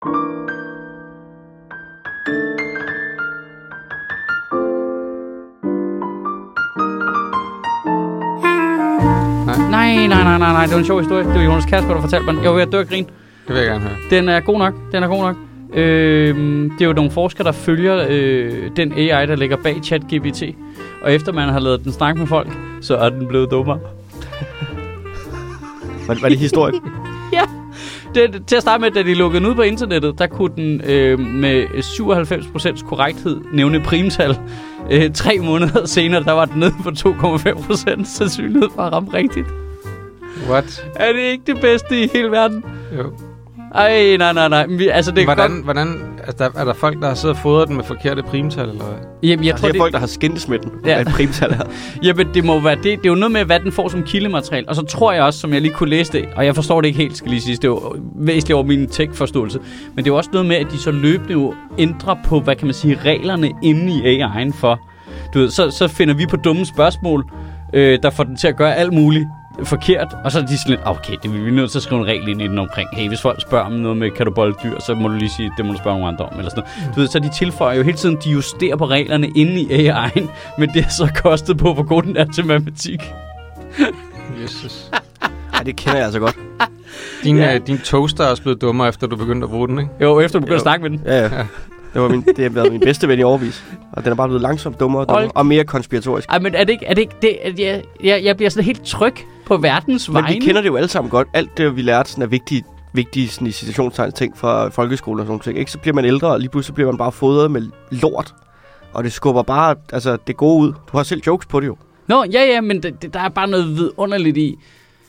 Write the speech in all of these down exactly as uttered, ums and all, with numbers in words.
Nej, nej, nej, nej, nej. Det var en sjov historie. Det var Jonas Kasper, der fortalte mig. Jeg var ved at dø af grin. Det vil jeg gerne høre. Den er god nok. Den er god nok. Øh, det er jo nogle forskere, der følger øh, den A I, der ligger bag ChatGPT. Og efter man har lavet den snakke med folk, så er den blevet dummere. Var, var det historien? Ja. Det, til at starte med, da de lukkede den ud på internettet, der kunne den øh, med syvoghalvfems procent korrekthed nævne primtal. Øh, tre måneder senere, der var den nede på to komma fem procent sandsynlighed for at ramme rigtigt. What? Er det ikke det bedste i hele verden? Jo. Ej, nej, nej, nej. Vi, altså, det hvordan, godt... hvordan, altså, der, er der folk, der har siddet og fodret den med forkerte primtal, eller hvad? Jamen, jeg altså, tror, det er det... folk, der har skændtes med den. Ja. Hvad primtal er. Jamen, det må være det. Det er jo noget med, hvad den får som kildemateriale. Og så tror jeg også, som jeg lige kunne læse det, og jeg forstår det ikke helt, skal lige sige, det er jo væsentligt over min tech-forståelse, men det er jo også noget med, at de så løbende jo ændrer på, hvad kan man sige, reglerne inde i A I'en for. Du ved, så, så finder vi på dumme spørgsmål, øh, der får den til at gøre alt muligt forkert, og så er de sådan lidt, okay, det vil vi nødt til at skrive en regel ind i den omkring. Hey, hvis folk spørger om noget med, kan du bolde dyr, så må du lige sige, det må du spørge nogle andre om, eller sådan noget. Du ved, så de tilføjer jo hele tiden, de justerer på reglerne inde i A I'en, men det er så kostet på, hvor god den er til matematik. Jesus. Ej, det kender jeg altså godt. Din, Ja. øh, din toaster er også blevet dummere, efter du begyndte at bruge den, ikke? Jo, efter du begyndte Jo. at snakke med den. Ja, ja. Det, var min, det har været min bedste ven i årevis. Og den er bare blevet langsomt dummere og, dummere, Hold. og mere konspiratorisk. Ej, men er det ikke, er det ikke det, at jeg, jeg, jeg bliver sådan helt tryg på verdens Men vegne. vi kender det jo alle sammen godt. Alt det, vi lærte, sådan er vigtige, vigtige sådan, i citationstegn ting fra folkeskolen og sådan noget. Ikke? Så bliver man ældre, og lige pludselig bliver man bare fodret med lort. Og det skubber bare altså, det gode ud. Du har selv jokes på det jo. Nå, ja, ja, men det, det, der er bare noget vidunderligt i,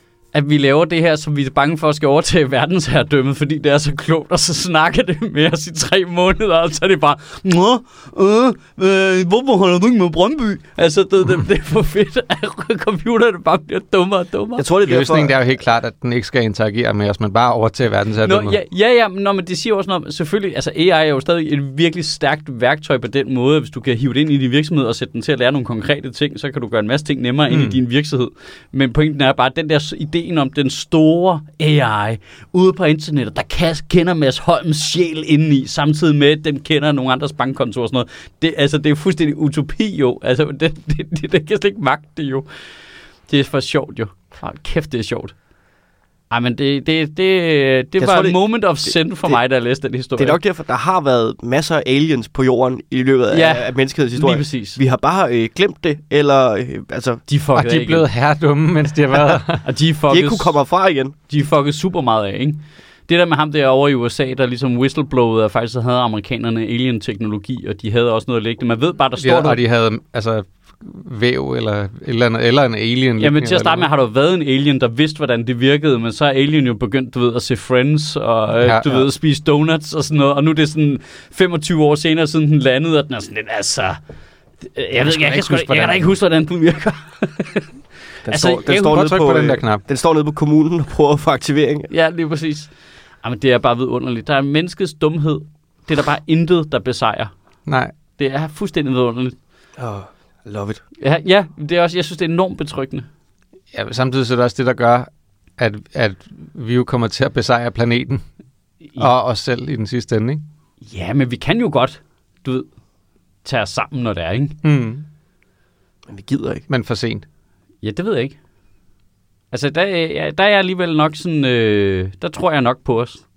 at vi laver det her, som vi er bange for at skal overtage verdensherredømmet, fordi det er så klogt, og så snakker det med os i tre måneder, og så er det bare, Nå, øh, øh, hvorfor holder du ikke med Brøndby? Altså, det, det, det er for fedt, at computerne bare bliver dummere og dummere. Jeg tror, det er derfor... Løsningen er jo helt klart, at den ikke skal interagere med os, men bare overtage verdensherredømmet. Nå, ja, ja, ja, men, nå, men det siger også noget. Selvfølgelig, altså A I er jo stadig et virkelig stærkt værktøj på den måde, hvis du kan hive det ind i din virksomhed og sætte den til at lære nogle konkrete ting, så kan du gøre en masse ting nemmere mm. ind i din virksomhed. Men pointen er bare, at den der ideen om den store A I ude på internettet, der kan, kender Mads Holms sjæl indeni, samtidig med, at dem kender nogle andres bankkontor og sådan noget. Det, altså, det er fuldstændig utopi jo. Altså, det, det, det, det kan slet ikke magte det jo. Det er for sjovt jo. Oh, kæft, det er sjovt. Ej, men det, det, det, det var tror, et det, moment of sin for det, mig, da jeg læste den historie. Det er nok derfor, der har været masser af aliens på jorden i løbet af, ja, af menneskehedens historie. Lige præcis. Vi har bare øh, glemt det, eller øh, altså... De, og de er blevet herredumme, mens de har været og de, de ikke kunne komme fra igen. De er fucket super meget af, ikke? Det der med ham derovre i U S A, der ligesom whistleblowede, og faktisk havde amerikanerne alien-teknologi, og de havde også noget liggende. Man ved bare, der står ja, der... Og de havde altså væv eller, et eller, andet, eller en alien. Jamen til at starte med har der været en alien, der vidste, hvordan det virkede, men så er alien jo begyndt, du ved, at se Friends, og øh, ja, du ja. ved, at spise donuts og sådan noget, og nu er det sådan femogtyve år senere, siden den landede, og den er sådan lidt, altså... Jeg, ved, jeg, jeg, jeg, kan, jeg kan da ikke huske, hvordan den virker. Den altså, står, den jeg står nede på, på den der knap. Den står nede på kommunen og prøver at få aktivering. Ja, lige præcis. Jamen, det er bare vidunderligt. Der er menneskets dumhed. Det er der bare intet, der besejrer. Nej. Det er fuldstændig vidunderligt. Oh, I love it. Ja, ja, det er også, jeg synes, det er enormt betryggende. Ja, samtidig så er det også det, der gør, at, at vi jo kommer til at besejre planeten. Ja. Og os selv i den sidste ende, ikke? Ja, men vi kan jo godt, du ved, tage os sammen, når det er, ikke? Mm. Men vi gider ikke. Men for sent. Ja, det ved jeg ikke. Altså, der, ja, der er jeg alligevel nok sådan, øh, der tror jeg nok på os.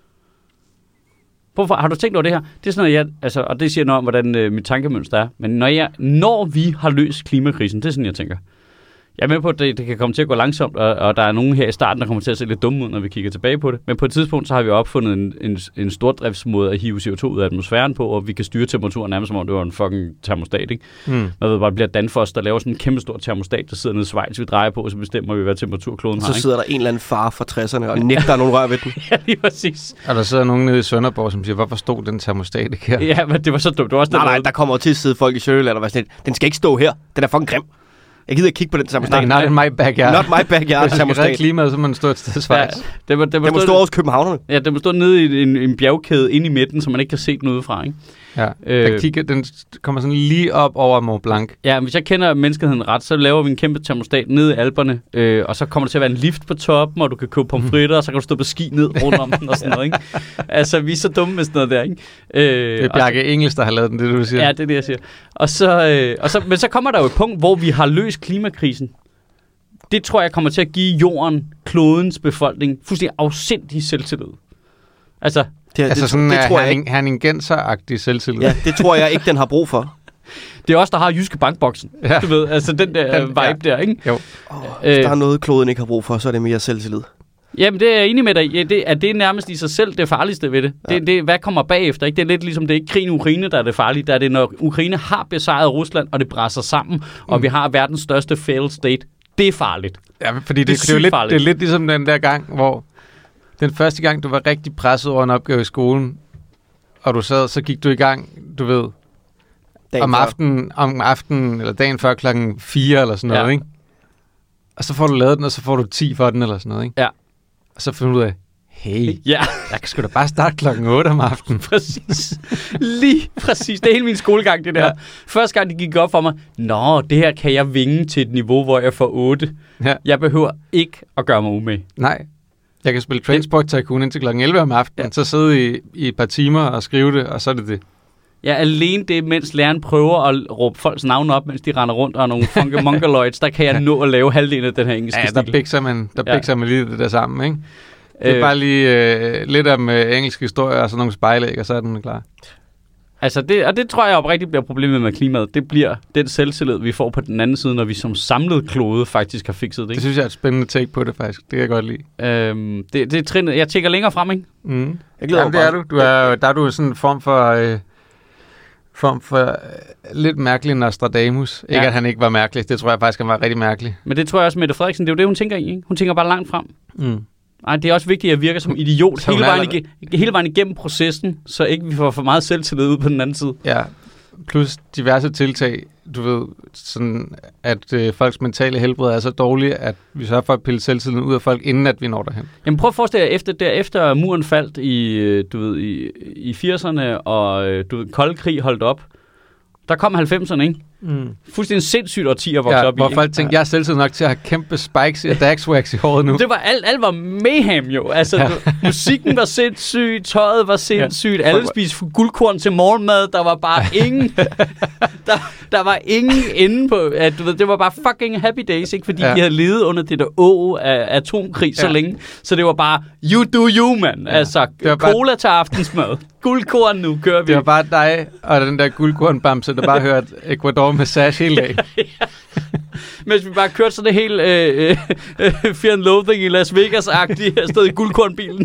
Hvorfor? Har du tænkt over det her? Det er sådan noget, jeg, altså, og det siger noget om, hvordan øh, mit tankemønster er. Men når, jeg, når vi har løst klimakrisen, det er sådan, jeg tænker. Jeg er med på, at det, det kan komme til at gå langsomt, og, og der er nogen her i starten, der kommer til at se lidt dumme ud, når vi kigger tilbage på det. Men på et tidspunkt, så har vi opfundet en, en, en stordriftsmåde at hive C O to ud af atmosfæren på, og vi kan styre temperaturen nærmest som om det var en fucking termostat, ikke? Mm. Man ved bare, det bliver Danfoss, der laver sådan en kæmpe stor termostat, der sidder nede i Schweiz, vi drejer på, og så bestemmer vi, hvad temperaturkloden har, Så sidder ikke? der en eller anden far fra tresserne og nægter nogen rør ved den. Ja, lige præcis. Og der sidder nogen nede i Sønderborg, som siger, hvorfor stod den termostat ikke her? Ja, men det var så dumt. Det var også Nej, nej, måde. der kommer til at sidde folk i Sjøland og være sådan lidt, den skal ikke stå her. Den er fucking grim. Jeg gider ikke kigge på den termostat. Nej, not in my backyard. Not my backyard Hvis du skal redde termostat. klimaet, så må man stå et sted Schweiz. Ja, det må, det må Den må stå, stå hos københavnerne. ja, det må stå nede i en, en bjergkæde inde i midten, så man ikke kan se den udefra, ikke? Ja, Øh. den, kigger, den kommer sådan lige op over Mont Blanc. Ja, hvis jeg kender menneskeheden ret, så laver vi en kæmpe termostat nede i Alperne, øh, og så kommer der til at være en lift på toppen, og du kan købe pomfritter, og så kan du stå på ski ned rundt om den og sådan noget, ikke? Altså, vi er så dumme med sådan noget der, ikke? Øh, Det er Bjarke Engels, der har lavet den, det du siger. Ja, det er det, jeg siger. Og så, øh, og så, men så kommer der jo et punkt, hvor vi har løst klimakrisen. Det tror jeg kommer til at give jorden, klodens befolkning, fuldstændig afsindig selvtillid. Altså, Det, Altså det, sådan det, det tror jeg ikke. en herningenser-agtig selvtillid. Ja, det tror jeg ikke, den har brug for. det er også der har Jyske Bankboksen. Ja. Du ved, altså den der Den- den, vibe ja. der, ikke? Jo. Oh, hvis Øh. der er noget, kloden ikke har brug for, så er det mere selvtillid. Jamen, det er jeg enig med dig. Ja, det, er det nærmest i sig selv det farligste ved det. Ja. Det, det hvad kommer bagefter, ikke? Det er lidt ligesom, det er ikke krigen i Ukraine, der er det farlige. Der er det, når Ukraine har besejret Rusland, og det brænder sammen, mm. og vi har verdens største failed state. Det er farligt. Ja, fordi det, Det er det, det, er jo sygt lidt, farligt. det er lidt ligesom den der gang, hvor den første gang, du var rigtig presset over en opgave i skolen, og du sad, så gik du i gang, du ved, Dagen om før. aftenen, om aftenen, eller dagen før klokken fire, eller sådan noget, Ja. ikke? Og så får du lavet den, og så får du ti for den, eller sådan noget, ikke? Ja. Og så finder du ud af, hey, Ja, jeg kan sgu da bare starte klokken otte om aftenen. præcis. Lige præcis. Det er hele min skolegang, det der. Ja. Ja. Første gang, det gik op for mig, nå, det her kan jeg vinge til et niveau, hvor jeg får otte. Ja. Jeg behøver ikke at gøre mig umage. Nej. Jeg kan spille Transport Tycoon indtil klokken elleve om aftenen, Ja. så sidde i, i et par timer og skrive det, og så er det det. Ja, alene det, mens læreren prøver at råbe folks navne op, mens de render rundt og er nogle funky mongoloids, der kan jeg nå at lave halvdelen af den her engelske Ja, der stil. bikser man, der Ja. bikser man lige det der sammen, ikke? Det er Øh, bare lige øh, lidt om øh, engelsk historie og sådan nogle spejlæg, og så er den klar. Altså, det, og det tror jeg oprigtigt bliver problemet med klimaet. Det bliver den selvtillid, vi får på den anden side, når vi som samlet klode faktisk har fikset det. Det Ikke? synes jeg er et spændende take på det, faktisk. Det kan jeg godt lide. Øhm, det, det er trinnet. Jeg tænker længere frem, ikke? Mm. Jeg glæder Jamen, mig det er bare. du. du er, der er du sådan en form for... Øh, form for øh, lidt mærkelig Nostradamus. Ja. Ikke, at han ikke var mærkelig. Det tror jeg faktisk, han var rigtig mærkelig. Men det tror jeg også, Mette Frederiksen, det er jo det, hun tænker i. Ikke? Hun tænker bare langt frem. Mm. Ej, det er også vigtigt, at jeg virker som idiot Så hun hele er vejen, ige- hele vejen igennem processen, så ikke vi får for meget selvtillid ud på den anden side. Ja, plus diverse tiltag. Du ved, sådan at øh, folks mentale helbred er så dårlige, at vi sørger for at pille selvtilliden ud af folk, inden at vi når derhen. Jamen prøv at forestille jer, efter, der, efter muren faldt i, øh, du ved, i, i firserne, og øh, du ved, kold krig holdt op, der kom halvfemserne, ikke? Mm. Fuldstændig sindssygt årti at vokse Ja, op i. hvor ikke? folk tænkte, jeg er selvtillid nok til at have kæmpe spikes og daxwax i håret nu. Det var alt, alt var mayhem jo. Altså, Ja. ja. musikken var sindssyg, tøjet var sindssygt, Ja. ja. alle spiste guldkorn til morgenmad, der var bare ingen, der, der var ingen ende på, at du ved, det var bare fucking happy days, ikke? Fordi Ja. ja. de havde levet under det der å af atomkrig så Ja. længe, så det var bare, you do you, man. Ja. Altså, Det var bare- cola til aftensmad, guldkorn nu, kører vi. Det var bare dig og den der guldkornbamse, der bare hørte Ecuador med Sash hele dagen. Mens vi bare kørte sådan det helt øh, øh, øh, Fear and Loathing i Las Vegas-agtigt afsted i guldkornbilen.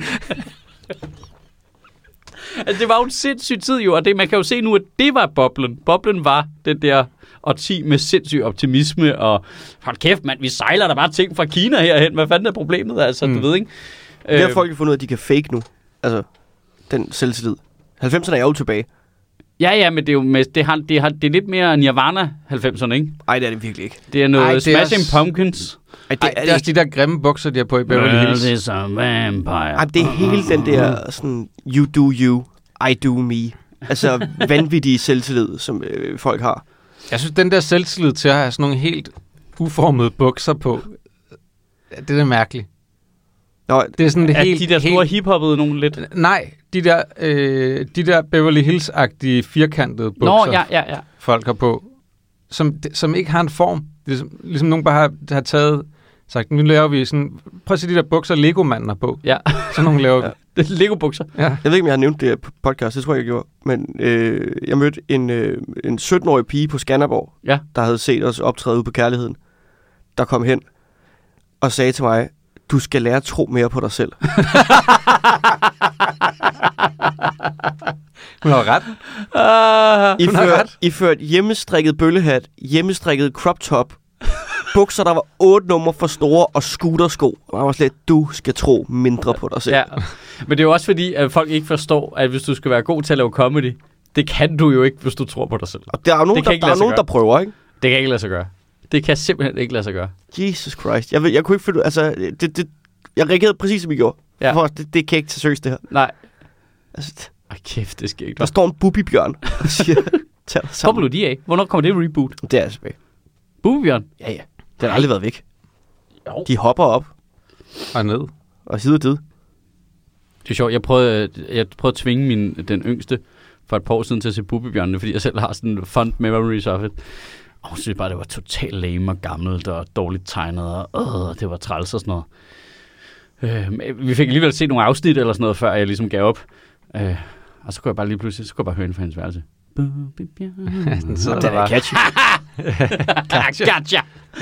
Altså, det var jo en sindssyg tid jo, og det, man kan jo se nu, at det var boblen. Boblen var det der årti med sindssyg optimisme, og hold kæft, mand, vi sejler der bare ting fra Kina herhen. Hvad fanden er problemet, altså, mm. Mm. du ved, ikke? Det har Øh, folk jo fundet ud af, at de kan fake nu. Altså, den selvtillid. halvfemserne er jo tilbage. Ja, ja, men det er jo med, det, har, det, har, det er lidt mere Nirvana halvfemserne, ikke? Nej, det er det virkelig ikke. Det er noget Ej, Ej, det er Smashing også- Pumpkins. Ej, Ej, det er også de der grimme bukser, de har på i Beverly Hills. is a vampire. Ej, det er hele den der sådan, you do you, I do me. Altså, vanvittige selvtillid, som øh, folk har. Jeg synes, den der selvtillid til at have sådan nogle helt uformede bukser på, det er da mærkeligt. Nå, Det er sådan det Er helt... de der store helt, hiphoppede nogen lidt? nej, de der, øh, de der Beverly Hills-agtige firkantede bukser, Nå, ja, ja, ja. folk har på, som, som ikke har en form. Ligesom, ligesom nogen bare har, har taget, sagt, nu laver vi sådan, prøv at se de der bukser, Lego-manden har på. Ja, Sådan nogle laver vi. Ja. det er Lego-bukser. Ja. jeg ved ikke, om jeg har nævnt det på podcast, det tror jeg, jeg gjorde. Men øh, jeg mødte en, øh, en sytten-årig pige på Skanderborg, Ja. der havde set os optræde ude på Kærligheden, der kom hen og sagde til mig, du skal lære at tro mere på dig selv. Hun har ret. Uh, Hun har Iført, ret. iført hjemmestrikket bøllehat, hjemmestrikket crop top, bukser, der var otte numre for store, og scootersko. Og jeg var slet, du skal tro mindre på dig selv. ja. Men det er jo også fordi, at folk ikke forstår, at hvis du skal være god til at lave comedy, det kan du jo ikke, hvis du tror på dig selv. Og der er jo nogen, Det kan der, ikke der, er lade sig nogen, gøre. der prøver, ikke? Det kan ikke lade sig gøre. Det Det kan simpelthen ikke lade sig gøre. Jesus Christ. Jeg, ved, jeg kunne ikke finde... Altså, det, det, jeg reagerede præcis, som I gjorde. Ja. For det, det kan ikke tage seriøst, det her. Nej. Altså, Ej, kæft, det sker ikke. der står en bubibjørn og siger, tag dig Hvor sammen. blev de af? Hvornår kommer det reboot? Det er altså væk. Bubibjørn? Ja, ja. Den har aldrig været væk. Jo. De hopper op Og ned. og sidder det. Det er sjovt. Jeg prøvede, jeg prøvede at tvinge min, den yngste for et par år siden til at se Bubibjørnene, fordi jeg selv har sådan fond memories of it. Og hun synes bare, det var totalt lame og gammelt og dårligt tegnet, og øh, det var træls og sådan noget. Øh, vi fik alligevel set nogle afsnit eller sådan noget, før jeg ligesom gav op. Øh, og så kunne jeg bare lige pludselig, så kunne jeg bare høre hende fra hendes værelse. Den sidder Den der er bare. catchy. Gotcha! Gotcha!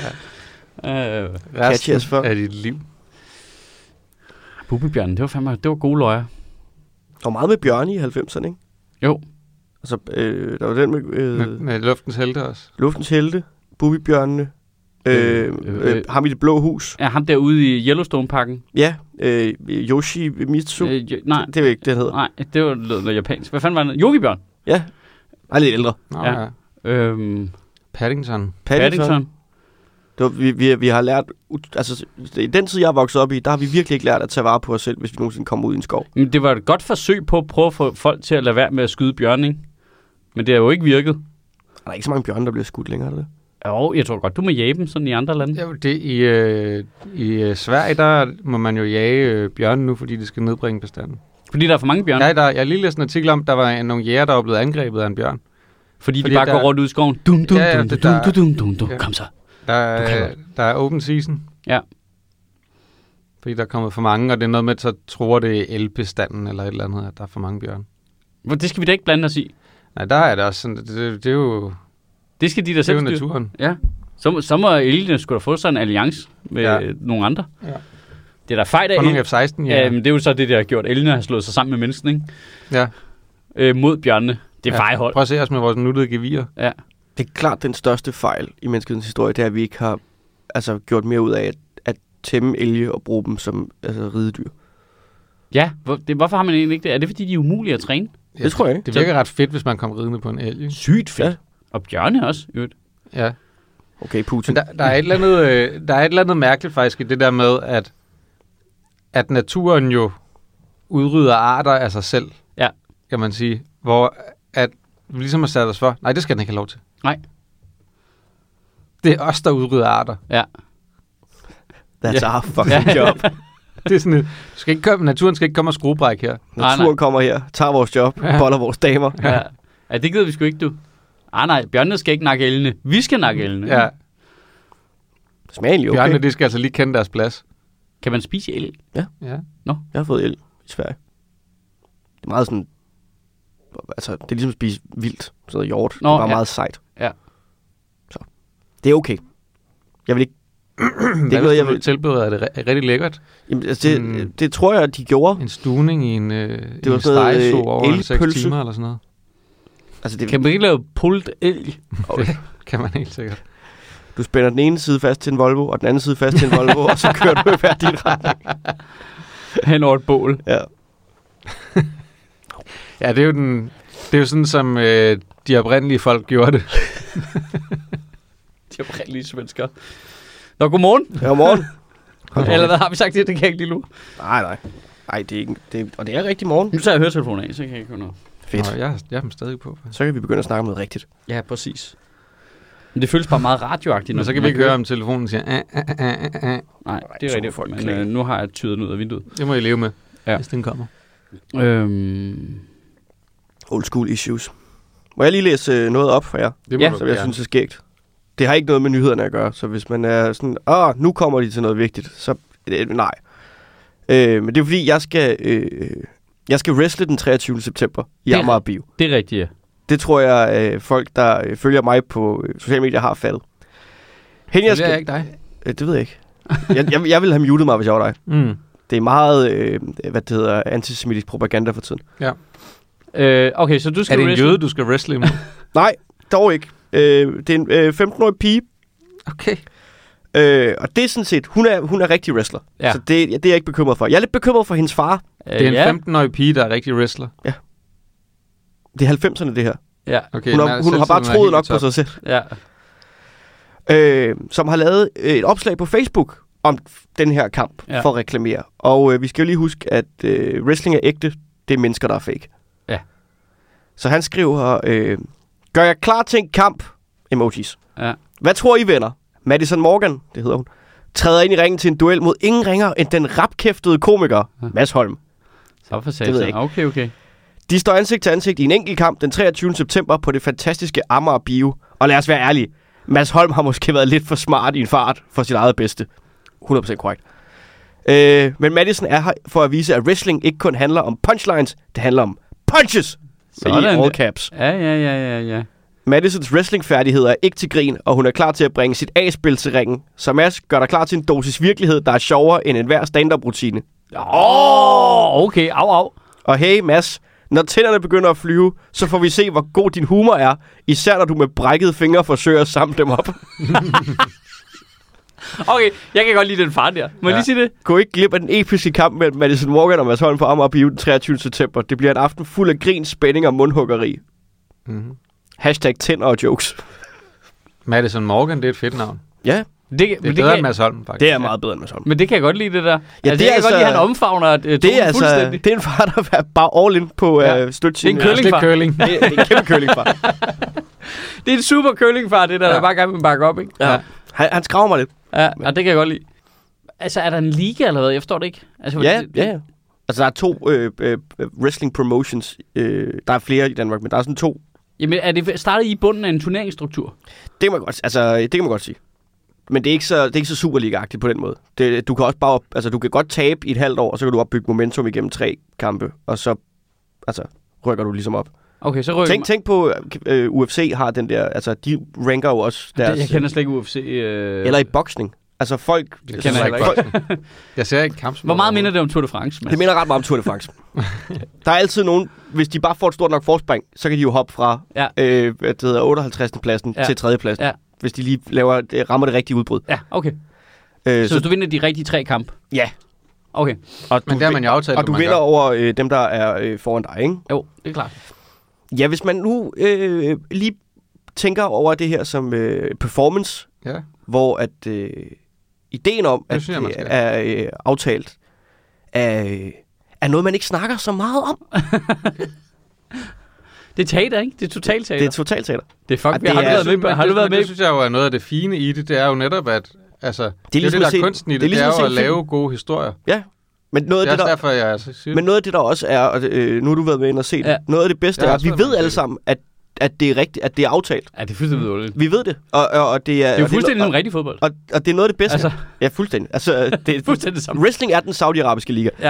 Øh, Catchy as fuck. Resten af dit liv. Bubibjørnen, det var fandme, det var gode løjer. Der var meget med bjørne i halvfemserne, ikke? Jo. Altså, øh, der var den med, øh, Med, med luftens helte også. Luftens Helte, Bubibjørnene, øh, Øh, øh, øh, øh, ham i det blå hus. Er ham derude i Yellowstone-parken? Ja, øh, Yoshi Mitsu. Øh, jo- nej, Det er jo ikke, det han hedder. nej, det var noget japansk. Hvad fanden var det? Yogibjørn? Ja, han er lidt ældre. Nå, Ja. ja. Øhm, Paddington. Paddington. Det var, vi, vi, vi har lært, ut- altså i den tid, jeg er vokset op i, der har vi virkelig ikke lært at tage vare på os selv, hvis vi nogensinde kommer ud i en skov. Men det var et godt forsøg på at prøve at få folk til at lade være med at skyde bjørn, ikke? Men det har jo ikke virket. Der er ikke så mange bjørne, der bliver skudt længere, er det? Jo, jeg tror godt, du må jage dem sådan i andre lande. Jo, det, i, øh, i øh, Sverige, der må man jo jage øh, bjørne nu, fordi det skal nedbringe bestanden. Fordi der er for mange bjørn. Ja, der, jeg har lige læst en artikel om, der var nogle jæger, der var blevet angrebet af en bjørn. Fordi, fordi de bare der- går rundt ud i skoven. Dum, dum, Ja, ja, dum, det dum, der- dum, dum, dum, dum. Ja. Kom så. Der, Du kan er, der er open season. Ja. Fordi der er kommet for mange, og det er noget med, så tror det elbestanden eller et eller andet, at der er for mange bjørn. Hvor- Det skal vi da ikke blande os i. Nej, der er det også sådan, det, det, det er jo, Det skal de da det er selv jo styre. naturen. Ja. Så, må- så må elgene skulle da få sig en alliance med Ja. ja. nogle andre. Ja. Det er da fejl af Og nogle el- F seksten, ja. ja. Ja, men det er jo så det, der har gjort. Elgene har slået sig sammen med menneskene, ikke? ja. Øh, mod bjørnene. Det er ja. vejhold. Prøv at se os med vores nuttede gevier. Ja. Det er klart den største fejl i menneskets historie, det er, at vi ikke har altså, gjort mere ud af at, at tæmme elge og bruge dem som altså, ridedyr. Ja, hvor, det, hvorfor har man egentlig ikke det? Er det, fordi de er umulige at træne? Det tror jeg ikke. Det virker ret fedt, hvis man kommer ridende på en elg. ikke? Sygt fedt. Ja. Ja. Og bjørne også, jo. Ja. Okay, Putin. Men der, der, er et eller andet, øh, der er et eller andet mærkeligt faktisk i det der med, at, at naturen jo udrydder arter af sig selv, Ja. kan man sige. Hvor at vi ligesom har sat os for, nej, det skal den ikke have lov til. Nej. Det er os, der udrydder arter. Ja. That's Ja. our fucking job. Det er sådan, et, du skal ikke komme, naturen skal ikke komme og skruebræk her. Nej, Naturen nej. kommer her, tager vores job, Ja. boller vores damer. Ja. Ja, det gider vi sgu ikke, du. Ah, nej, bjørnene skal ikke nakke elgene. Vi skal nakke elgene. Ja, Det smager egentlig okay. bjørnene, de skal altså lige kende deres plads. Kan man spise elg? Ja. Jeg har fået el i Sverige. Det er meget sådan... Altså, det er ligesom at spise vildt. Sådan noget hjort. Nå, det er bare ja. meget sejt. Ja. Så. Det er okay. Jeg vil ikke... Det er ikke noget, jeg vil- tilbyder, er det ri- rigtig lækkert. Jamen, altså, det, Mm. det tror jeg, de gjorde. En stuning i en, øh, var i en sådan noget, stegeså øh, over en seks elgpølse. timer eller sådan noget. Altså, det, Kan man ikke lave pullet elg? okay. Kan man helt sikkert. Du spænder den ene side fast til en Volvo, og den anden side fast til en Volvo, og så kører du i hver din retning. Hen over et bål. Ja. Ja, det er jo, den, det er jo sådan, som øh, de oprindelige folk gjorde det. De oprindelige svensker. Nå, godmorgen. Ja, godmorgen. Eller hvad har vi sagt det? Det kan jeg ikke lige nu. Nej, nej. Nej, det er ikke... Det, og det er rigtig morgen. Nu tager jeg høretelefonen af, så kan jeg ikke høre noget. Fedt. Nå, jeg, har- jeg har dem stadig på. Så kan vi begynde at snakke om noget rigtigt. Ja, præcis. Men det føles bare meget radioagtigt. Men når så kan man vi ikke kører. høre, om telefonen siger, ah, ah, ah, ah, ah. Nej, det er så rigtigt. får folk Men klage. øh, nu har jeg tyret den ud af vinduet. Det må I leve med, Ja. ja. hvis den kommer. Øhm, Old school issues. Må jeg lige læse øh, noget op for jer, Det Ja. du som jeg gerne. synes er skægt? Det har ikke noget med nyhederne at gøre, så hvis man er sådan, ah, nu kommer de til noget vigtigt, så øh, nej. Øh, men det er fordi, jeg skal, øh, jeg skal wrestle den treogtyvende september i Det er- Amager Bio. det er rigtigt, ja. Det tror jeg, øh, folk, der øh, følger mig på øh, sociale medier, har fattet. Hen, jeg Det er skal, ikke dig. øh, det ved jeg ikke. jeg, jeg, jeg ville have muted mig, hvis jeg var dig. Mm. Det er meget, øh, hvad det hedder, antisemitisk propaganda for tiden. Øh, okay, så du skal Er det en wrestle- jøde, du skal wrestle imod? Nej, dog ikke. Øh, det er en øh, femten-årig pige, Okay. øh, og det er sådan set, hun er, hun er rigtig wrestler. Ja. Så det, det er jeg ikke bekymret for. Jeg er lidt bekymret for hendes far. Øh, Det er en ja. femten-årig pige, der er rigtig wrestler. Det er halvfemserne, det her. Ja, Okay, Hun den har, er hun har bare selvtilliden er troet helt nok top. på sig selv. ja. øh, som har lavet øh, et opslag på Facebook om den her kamp Ja. for at reklamere. Og øh, vi skal jo lige huske, at øh, wrestling er ægte. Det er mennesker, der er fake. Ja. Så han skriver, øh, gør jeg klar til en kamp? Emojis. Ja. Hvad tror I, venner? Madison Morgan, det hedder hun, træder ind i ringen til en duel mod ingen ringer end den rapkæftede komiker, Ja. Mads Holm. Så for Det ved jeg satan. Okay, okay. De står ansigt til ansigt i en enkelt kamp den treogtyvende september på det fantastiske Amager Bio. Og lad os være ærlige, Mads Holm har måske været lidt for smart i en fart for sit eget bedste. hundrede procent korrekt. Øh, men Madison er her for at vise, at wrestling ikke kun handler om punchlines, det handler om punches. Sådan I all det. caps. Ja, ja, ja, ja, ja. Madisons wrestlingfærdigheder er ikke til grin, og hun er klar til at bringe sit A-spil til ringen. Så Mads gør dig klar til en dosis virkelighed, der er sjovere end enhver stand-up-rutine. Åh, oh, okay. Au, au. Og hey Mads, når tænderne begynder at flyve, så får vi se, hvor god din humor er. Især når du med brækkede fingre forsøger at samle dem op. Okay, jeg kan godt lide den far der. Må jeg Ja. lige sige det? Gå ikke glip af den episke kamp mellem Madison Morgan og Mads Holm på Amager Bio den treogtyvende september. Det bliver en aften fuld af grin, spænding og mundhuggeri. Mm-hmm. Hashtag tænder og jokes. Madison Morgan, det er et fedt navn. Ja, Det, Det men er det bedre kan, end Mads Holm, faktisk. det er meget bedre end Mads Holm. Men det kan jeg godt lide, det der. Ja, det altså, er jeg kan altså- godt lide, at han omfavner uh, Det er altså, fuldstændig. det er en far, der er bare all in på Ja. ja. uh, støtte Det er en sin... curling. Lidt curling. Det, det er en kæmpe curlingfar. Det er en super curlingfar, det der, Ja. der bare gerne vil bakke op, ikke? Ja. Han, han skraver mig lidt. Ja, og det kan jeg godt lide. Altså, er der en liga eller hvad? Jeg forstår det ikke. Altså, Ja, det, ja, ja. Altså, der er to øh, øh, wrestling promotions. Øh, der er flere i Danmark, men der er sådan to. Jamen, er det startet i bunden af en turneringsstruktur? Det kan man godt, altså, det kan man godt sige. Men det er ikke så, det er ikke så Superliga-agtigt på den måde. Det, du kan også bare, altså, du kan godt tabe i et halvt år, og så kan du opbygge momentum igennem tre kampe, og så altså, rykker du ligesom op. Okay, så rykker Tænk, tænk på, øh, U F C har den der, altså, de ranker jo også deres... det, jeg kender slet ikke U F C. Øh... Eller i boksning. Altså, folk... Det kender jeg ikke heller folk. Jeg ser ikke kampsport. Hvor meget minder det om Tour de France? Mads? Det minder ret meget om Tour de France. Der er altid nogen, hvis de bare får et stort nok forspring, så kan de jo hoppe fra Ja. øh, hvad det hedder, otteoghalvtredse pladsen Ja. til tredje pladsen. Ja. Hvis de lige laver, det, rammer det rigtige udbrud. Ja, okay. Øh, Så hvis du vinder de rigtige tre kamp? Ja. Okay. Og Men du, det har man jo aftalt, og at du man vinder gør. over øh, dem, der er øh, foran dig, ikke? Jo, det er klart. Ja, hvis man nu øh, lige tænker over det her som øh, performance, Ja. hvor at øh, ideen om, Det at synes jeg, man det skal. er øh, aftalt, er, øh, er noget, man ikke snakker så meget om. Det er teater, ikke? Det er totalt teater. Det er totalt teater. Det er fuck, Ja, vi det har du er- været med, Men har du det, været men med? det synes jeg jo er noget af det fine i det. Det er jo netop, at altså, det er, det, ligesom er at det, se- der er kunsten i det. det er Det er, ligesom jo at at se en lave gode historier. Ja, men noget Det af er det, også der, derfor, jeg altså siger men noget af det, der også er, og det, øh, nu har du været med ind og set Ja. ja. noget af det bedste Jeg har er, at også vi været ved med alle til sammen, at, at det er rigtigt, at det er aftalt. Ja, det er fuldstændig vidunderligt. Vi ved det, og, og, og det er... Det er jo og fuldstændig og, som rigtig fodbold. og, og det er noget af det bedste. Altså. Altså, ja, fuldstændig. Altså, det er Fuldstændig samme. Wrestling er den saudiarabiske liga. Ja.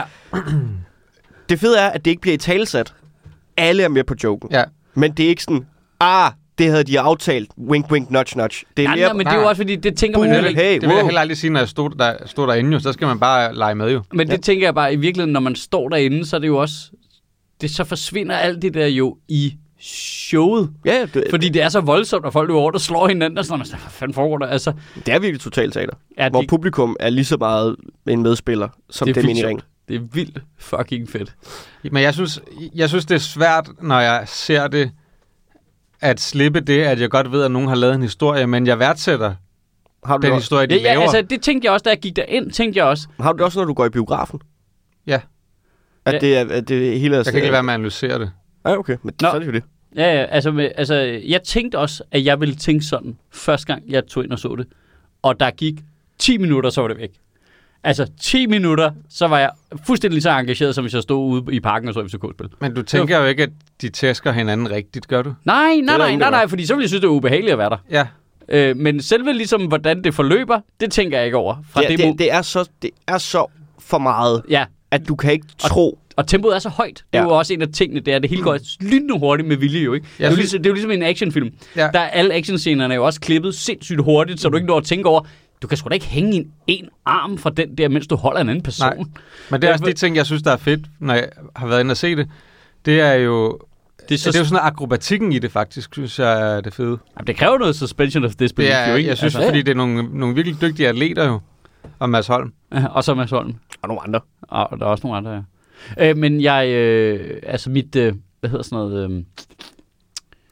Det fede er, at det ikke bliver i talesat. Alle er med på joken. Ja. Men det er ikke sådan, ah, det havde de aftalt. Wink, wink, nudge, nudge. Det er Nej, mere... nej, men det er jo nej. også fordi, det tænker man Buh, heller ikke. hey, Det vil jeg wow. heller aldrig sige, når jeg stod, der, stod derinde jo. Så skal man bare lege med jo. Men det Ja. tænker jeg bare, i virkeligheden, når man står derinde, så er det jo også... Det så forsvinder alt det der jo i showet. Ja, det, Fordi det er så voldsomt, og folk løber over og slår hinanden, og sådan noget. Hvad fanden foregår der? Altså, det er virkelig totalt teater. ja, Hvor det, publikum er lige så meget en medspiller, som Det er dem inde i vildt ringen. det er vildt fucking fedt. Men jeg synes, jeg synes, det er svært, når jeg ser det, at slippe det, at jeg godt ved, at nogen har lavet en historie, men jeg værdsætter Har du, den det, historie, de Ja, ja, laver. altså, det tænkte jeg også, da jeg gik derind, tænkte jeg også. har du det også, når du går i biografen? Ja. Ja. At det er at det hele er... Jeg kan ikke lade være med at analysere det. Ja, okay. Men Nå. så er det jo det. Ja, ja, altså, med, altså, jeg tænkte også, at jeg ville tænke sådan, første gang jeg tog ind og så det. Og der gik ti minutter, så var det væk. Altså, ti minutter, så var jeg fuldstændig lige så engageret, som hvis jeg stod ude i parken og så F C K-spil. Men du tænker jo ikke, at de tæsker hinanden rigtigt, gør du? Nej, nej, der nej, ingen, nej, der nej, gør. fordi så ville jeg synes, det var ubehageligt at være der. Ja. Øh, men selve ligesom, hvordan det forløber, det tænker jeg ikke over. Fra Det, det, det, mo- det, det, er så, det er så for meget, ja, at du kan ikke tro... og tempoet er så højt. Det er Ja. jo også en af tingene, det er, det hele går lynende hurtigt med vilje jo, ikke? Det er, jo synes- ligesom, det er jo ligesom en actionfilm. Ja. Der er alle actionscenerne jo også klippet sindssygt hurtigt, så du ikke når at tænke over, du kan sgu da ikke hænge en, en arm fra den der, mens du holder en anden person. Nej. Men det er også de ting, jeg synes, der er fedt, når jeg har været inde og se det. Det er jo... Det, er så, Det er jo sådan noget akrobatikken i det, faktisk, synes jeg er det fede. Jamen, det kræver noget suspension of disbelief, Det er, jo ikke? jeg synes, altså, fordi det er nogle, nogle virkelig dygtige atleter jo. Og Mads Holm. ja, og så Mads Holm. Og nogle andre. Og der er også nogle andre, ja. Øh, men jeg, øh, altså mit, øh, hvad hedder sådan noget, øh,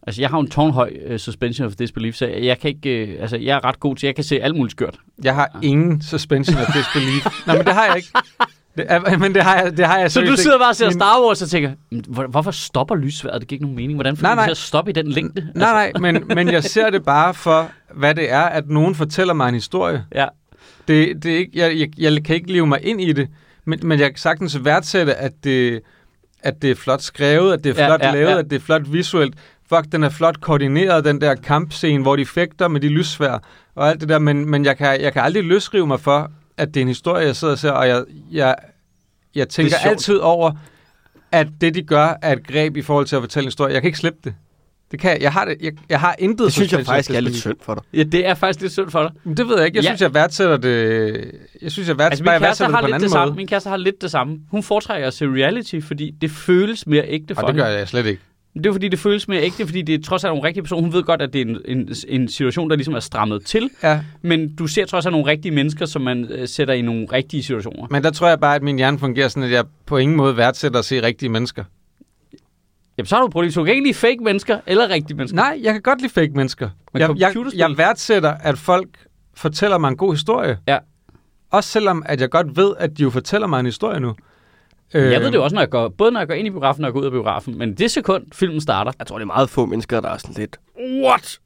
Altså, jeg har en tårnhøj uh, suspension of disbelief, så jeg kan ikke... Uh, altså, jeg er ret god til, jeg kan se alt muligt skørt. Jeg har ingen suspension of disbelief. Nej, men det har jeg ikke. Det, er, men det har jeg, det har jeg så du sidder bare og ser min... Star Wars og tænker, hvor, hvorfor stopper lysværet? Det giver ikke nogen mening. Hvordan får du til at stoppe i den længde? Altså. Nej, nej, men, men jeg ser det bare for, hvad det er, at nogen fortæller mig en historie. Ja. Det, det er ikke, jeg, jeg, jeg kan ikke leve mig ind i det, men, men jeg kan sagtens værdsætte, at det, at det er flot skrevet, at det er flot ja, ja, lavet, ja. At det er flot visuelt. Fuck, den er flot koordineret, den der kampscene, hvor de fægter med de lysvær og alt det der, men, men jeg, kan, jeg kan aldrig løsrive mig for, at det er en historie, jeg sidder og ser, og jeg, jeg, jeg tænker altid over, at det, de gør, er et greb i forhold til at fortælle en historie. Jeg kan ikke slippe det. Det kan jeg. Jeg har, det, jeg, jeg har intet... Det synes jeg faktisk er lidt synd for dig. Ja, det er faktisk lidt synd for dig. Men det ved jeg ikke. Jeg ja. synes, jeg værdsætter det... Jeg synes, jeg værdsætter, altså, jeg værdsætter det på en anden måde. Min kæreste har lidt det samme. Hun foretrækker at se reality, fordi det føles mere ægte for hende. Og det gør jeg slet ikke. Det er fordi, det føles mere ægte, fordi det er trods alt nogle rigtige personer. Hun ved godt, at det er en, en, en situation, der ligesom er strammet til. Ja. Men du ser trods alt nogle rigtige mennesker, som man uh, sætter i nogle rigtige situationer. Men der tror jeg bare, at min hjerne fungerer sådan, at jeg på ingen måde værdsætter at se rigtige mennesker. Jamen, så har du problemet. Du kan ikke lide fake mennesker eller rigtige mennesker. Nej, jeg kan godt lide fake mennesker. Jeg, jeg, jeg værdsætter, at folk fortæller mig en god historie. Ja. Også selvom, at jeg godt ved, at de jo fortæller mig en historie nu. Jeg ved det også, når jeg går, både når jeg går ind i biografen, og når jeg går ud af biografen. Men det sekund, filmen starter. Jeg tror, det er meget få mennesker, der er sådan lidt... What?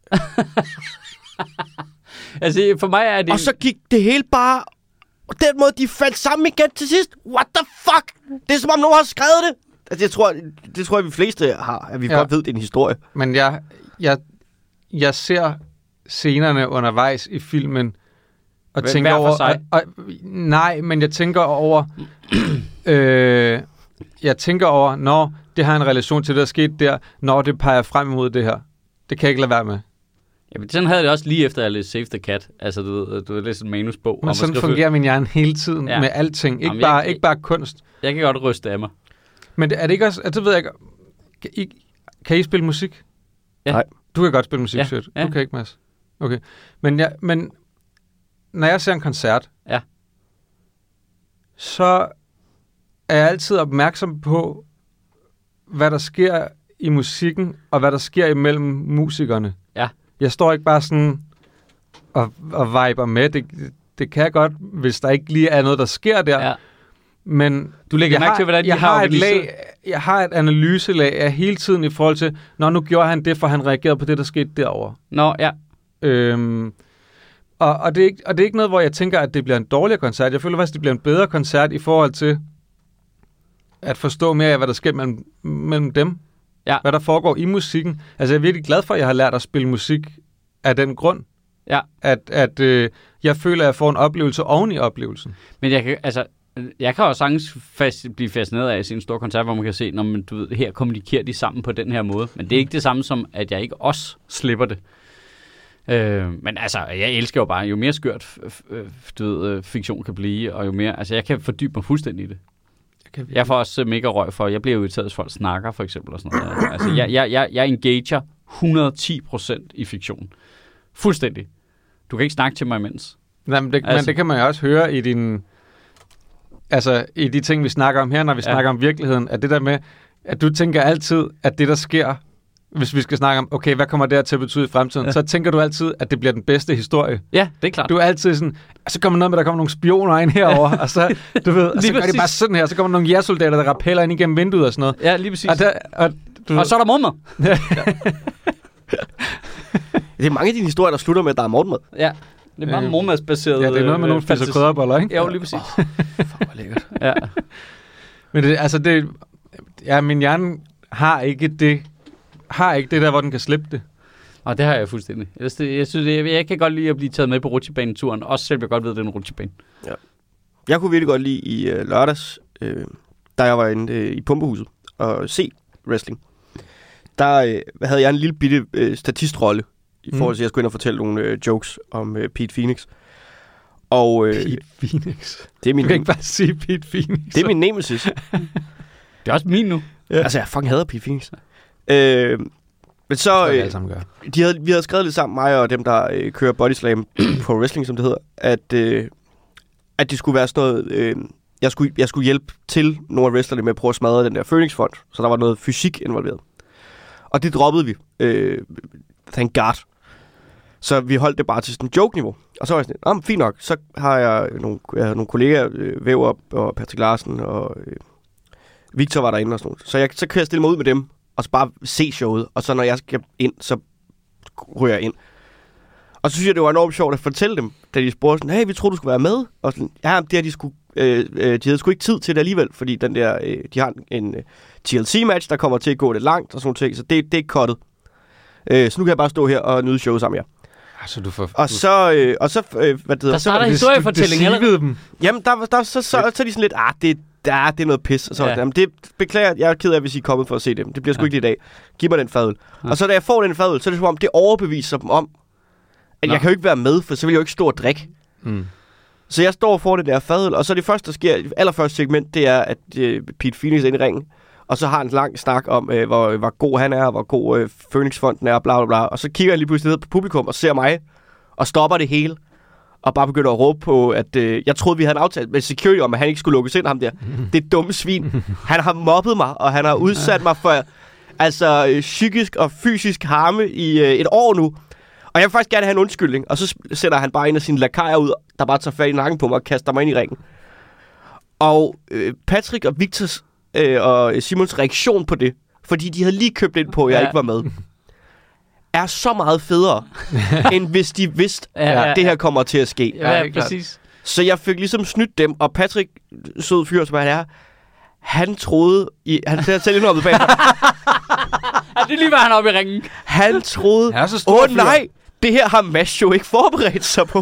altså, for mig er det... Og så gik det hele bare... Og den måde, de faldt sammen igen til sidst. What the fuck? Det er som om nogen har skrevet det. Altså, jeg tror, det tror jeg, vi fleste har. At vi ja. godt ved, det er en historie. Men jeg, jeg, jeg ser scenerne undervejs i filmen... Og Hver tænker over... sig? Og, og, nej, men jeg tænker over... øh, jeg tænker over, når det har en relation til det, der skete der, når det peger frem imod det her. Det kan jeg ikke lade være med. Ja, men sådan havde det også lige efter, at jeg læste Save the Cat. Altså, du ved, du har læst en manusbog. Men sådan fungerer min hjerne hele tiden ja. med alting. Ikke, Jamen, bare, jeg, ikke bare kunst. Jeg kan godt ryste af mig. Men er det ikke også... Altså, ved jeg ikke... Kan I, kan I spille musik? Ja. Nej. Du kan godt spille musik, ja. Sødt. Ja. Du kan ikke, Mads. Okay. Men, jeg, men når jeg ser en koncert, ja. så er jeg altid opmærksom på, hvad der sker i musikken, og hvad der sker imellem musikerne. Ja. Jeg står ikke bare sådan og, og viber med. Det, det kan jeg godt, hvis der ikke lige er noget, der sker der. Ja. Men du lægger mærke til, hvordan de jeg har har et lag, jeg har et analyselag af hele tiden i forhold til, når nu gjorde han det, for han reagerede på det, der skete derovre. Nå, ja. Øhm, og, og, det er ikke, og det er ikke noget, hvor jeg tænker, at det bliver en dårligere koncert. Jeg føler faktisk, at det bliver en bedre koncert i forhold til at forstå mere af, hvad der sker mellem, mellem dem. Ja. Hvad der foregår i musikken. Altså, jeg er virkelig glad for, at jeg har lært at spille musik af den grund. Ja. At, at øh, jeg føler, at jeg får en oplevelse oven i oplevelsen. Men jeg kan, altså, jeg kan også sagtens fast, blive fascineret af at se en stor koncert, hvor man kan se, når man, du ved, her kommunikerer de sammen på den her måde. Men det er ikke det samme som, at jeg ikke også slipper det. Øh, men altså, jeg elsker jo bare, jo mere skørt f- f- du ved, fiktion kan blive, og jo mere, altså jeg kan fordybe mig fuldstændig i det. Jeg, kan jeg får også mega røg for, jeg bliver jo irriteret, hvis folk snakker, for eksempel, og sådan noget. Altså, jeg, jeg, jeg, jeg engager hundrede og ti procent i fiktion. Fuldstændig. Du kan ikke snakke til mig imens. Nej, men det, altså, men det kan man jo også høre i din, altså i de ting, vi snakker om her, når vi ja. snakker om virkeligheden, at det der med, at du tænker altid, at det, der sker, hvis vi skal snakke om, okay, hvad kommer det til at betyde i fremtiden, ja. så tænker du altid, at det bliver den bedste historie. Ja, det er klart. Du er altid sådan, så kommer noget med, der kommer nogle spioner ind herover, og så, du ved, og så gør de bare sådan her, og så kommer nogle jægersoldater, der rappeller ind igennem vinduet og sådan noget. Ja, lige præcis. Og, der, og, du og så er der morgenmad. Ja. Det er mange af dine historier, der slutter med, at der er morgenmad. Ja, det er bare øh, morgenmadsbaseret. Ja, det er noget med nogle spiser krydderboller, ikke? Ja, lige præcis. Oh, fuck, hvor lækkert. Ja. Men det, altså det, ja, min hjerne har ikke det, har ikke det der, hvor den kan slippe det. Og det har jeg fuldstændig. Jeg, jeg, synes, jeg, jeg kan godt lide at blive taget med på rutsjebaneturen, også selvom jeg godt ved, at det er en rutsjebane. Ja. Jeg kunne virkelig godt lide i øh, lørdags, øh, da jeg var inde øh, i Pumpehuset og se wrestling. Der øh, havde jeg en lille bitte øh, statistrolle i forhold til, at jeg skulle ind og fortælle nogle øh, jokes om øh, Pete Phoenix. Og, øh, Pete Phoenix? Det er min, du kan ikke bare sige Pete Phoenix. Det er min nemesis. Det er også min nu. Ja. Altså, jeg fucking hader Pete Phoenix. Øh, men så, øh, de havde, vi havde skrevet lidt sammen, mig og dem, der øh, kører Bodyslam på wrestling, som det hedder, at, øh, at det skulle være sådan noget, øh, jeg, skulle, jeg skulle hjælpe til nogle af wrestlerne med at prøve at smadre den der Phoenix-fond, så der var noget fysik involveret. Og det droppede vi. Øh, thank God. Så vi holdt det bare til sådan en joke-niveau. Og så var jeg sådan, ah, fint nok. Så har jeg nogle, jeg nogle kollegaer, øh, Væver og Patrick Larsen, og øh, Victor var derinde og sådan noget. Så, jeg, så kan jeg stille mig ud med dem, og så bare se showet. Og så når jeg skal ind, så ryger jeg ind. Og så synes jeg, det var enormt sjovt at fortælle dem, da de spurgte sådan, hey, vi troede, du skulle være med. Og sådan, ja, det har de sgu, øh, de havde sgu ikke tid til det alligevel, fordi den der, øh, de har en øh, T L C-match, der kommer til at gå lidt langt og sådan ting, så det, det er cuttet. Øh, så nu kan jeg bare stå her og nyde showet sammen med jer. Altså, du får, og så, øh, og så, øh, hvad det hedder? Der starter historiefortælling, eller? Dem. Jamen, der, der, der, så, så, så, så er de sådan lidt, ah, det, der, det er noget pis. Og så, ja. Jamen, det beklager, jeg er ked af, hvis I er kommet for at se dem. Det bliver sgu ja. ikke i dag. Giv mig den fadøl. Ja. Og så da jeg får den fadøl, så er det som om, det overbeviser dem om, at Nå. jeg kan jo ikke være med, for så vil jeg jo ikke stå og drikke. Mm. Så jeg står for det der fadøl, og så det første, der sker, allerførste segment, det er, at øh, Pete Phoenix er inde i ringen, og så har han en lang snak om, øh, hvor, hvor god han er, hvor god øh, Phoenix-fonden er, bla bla bla. Og så kigger jeg lige pludselig ned på publikum og ser mig, og stopper det hele, og bare begynder at råbe på, at øh, jeg troede, vi havde en aftale med security om, at han ikke skulle lukkes ind, ham der. Det er dumme svin. Han har mobbet mig, og han har udsat mig for altså øh, psykisk og fysisk harme i øh, et år nu. Og jeg vil faktisk gerne have en undskyldning. Og så sætter han bare en af sine lakajer ud, der bare tager fat i nakken på mig og kaster mig ind i ringen. Og øh, Patrick og Victors øh, og Simons reaktion på det, fordi de havde lige købt ind på, at jeg ja. ikke var med, er så meget federe, end hvis de vidste, at ja, ja, ja. det her kommer til at ske. Ja, ja, præcis. Så jeg fik ligesom snydt dem, og Patrick, sød fyr som han er, han troede, i, han ser selv indrømmet bag. Ja, det er lige var han oppe i ringen. Han troede, åh oh, nej, det her har Mads jo ikke forberedt sig på.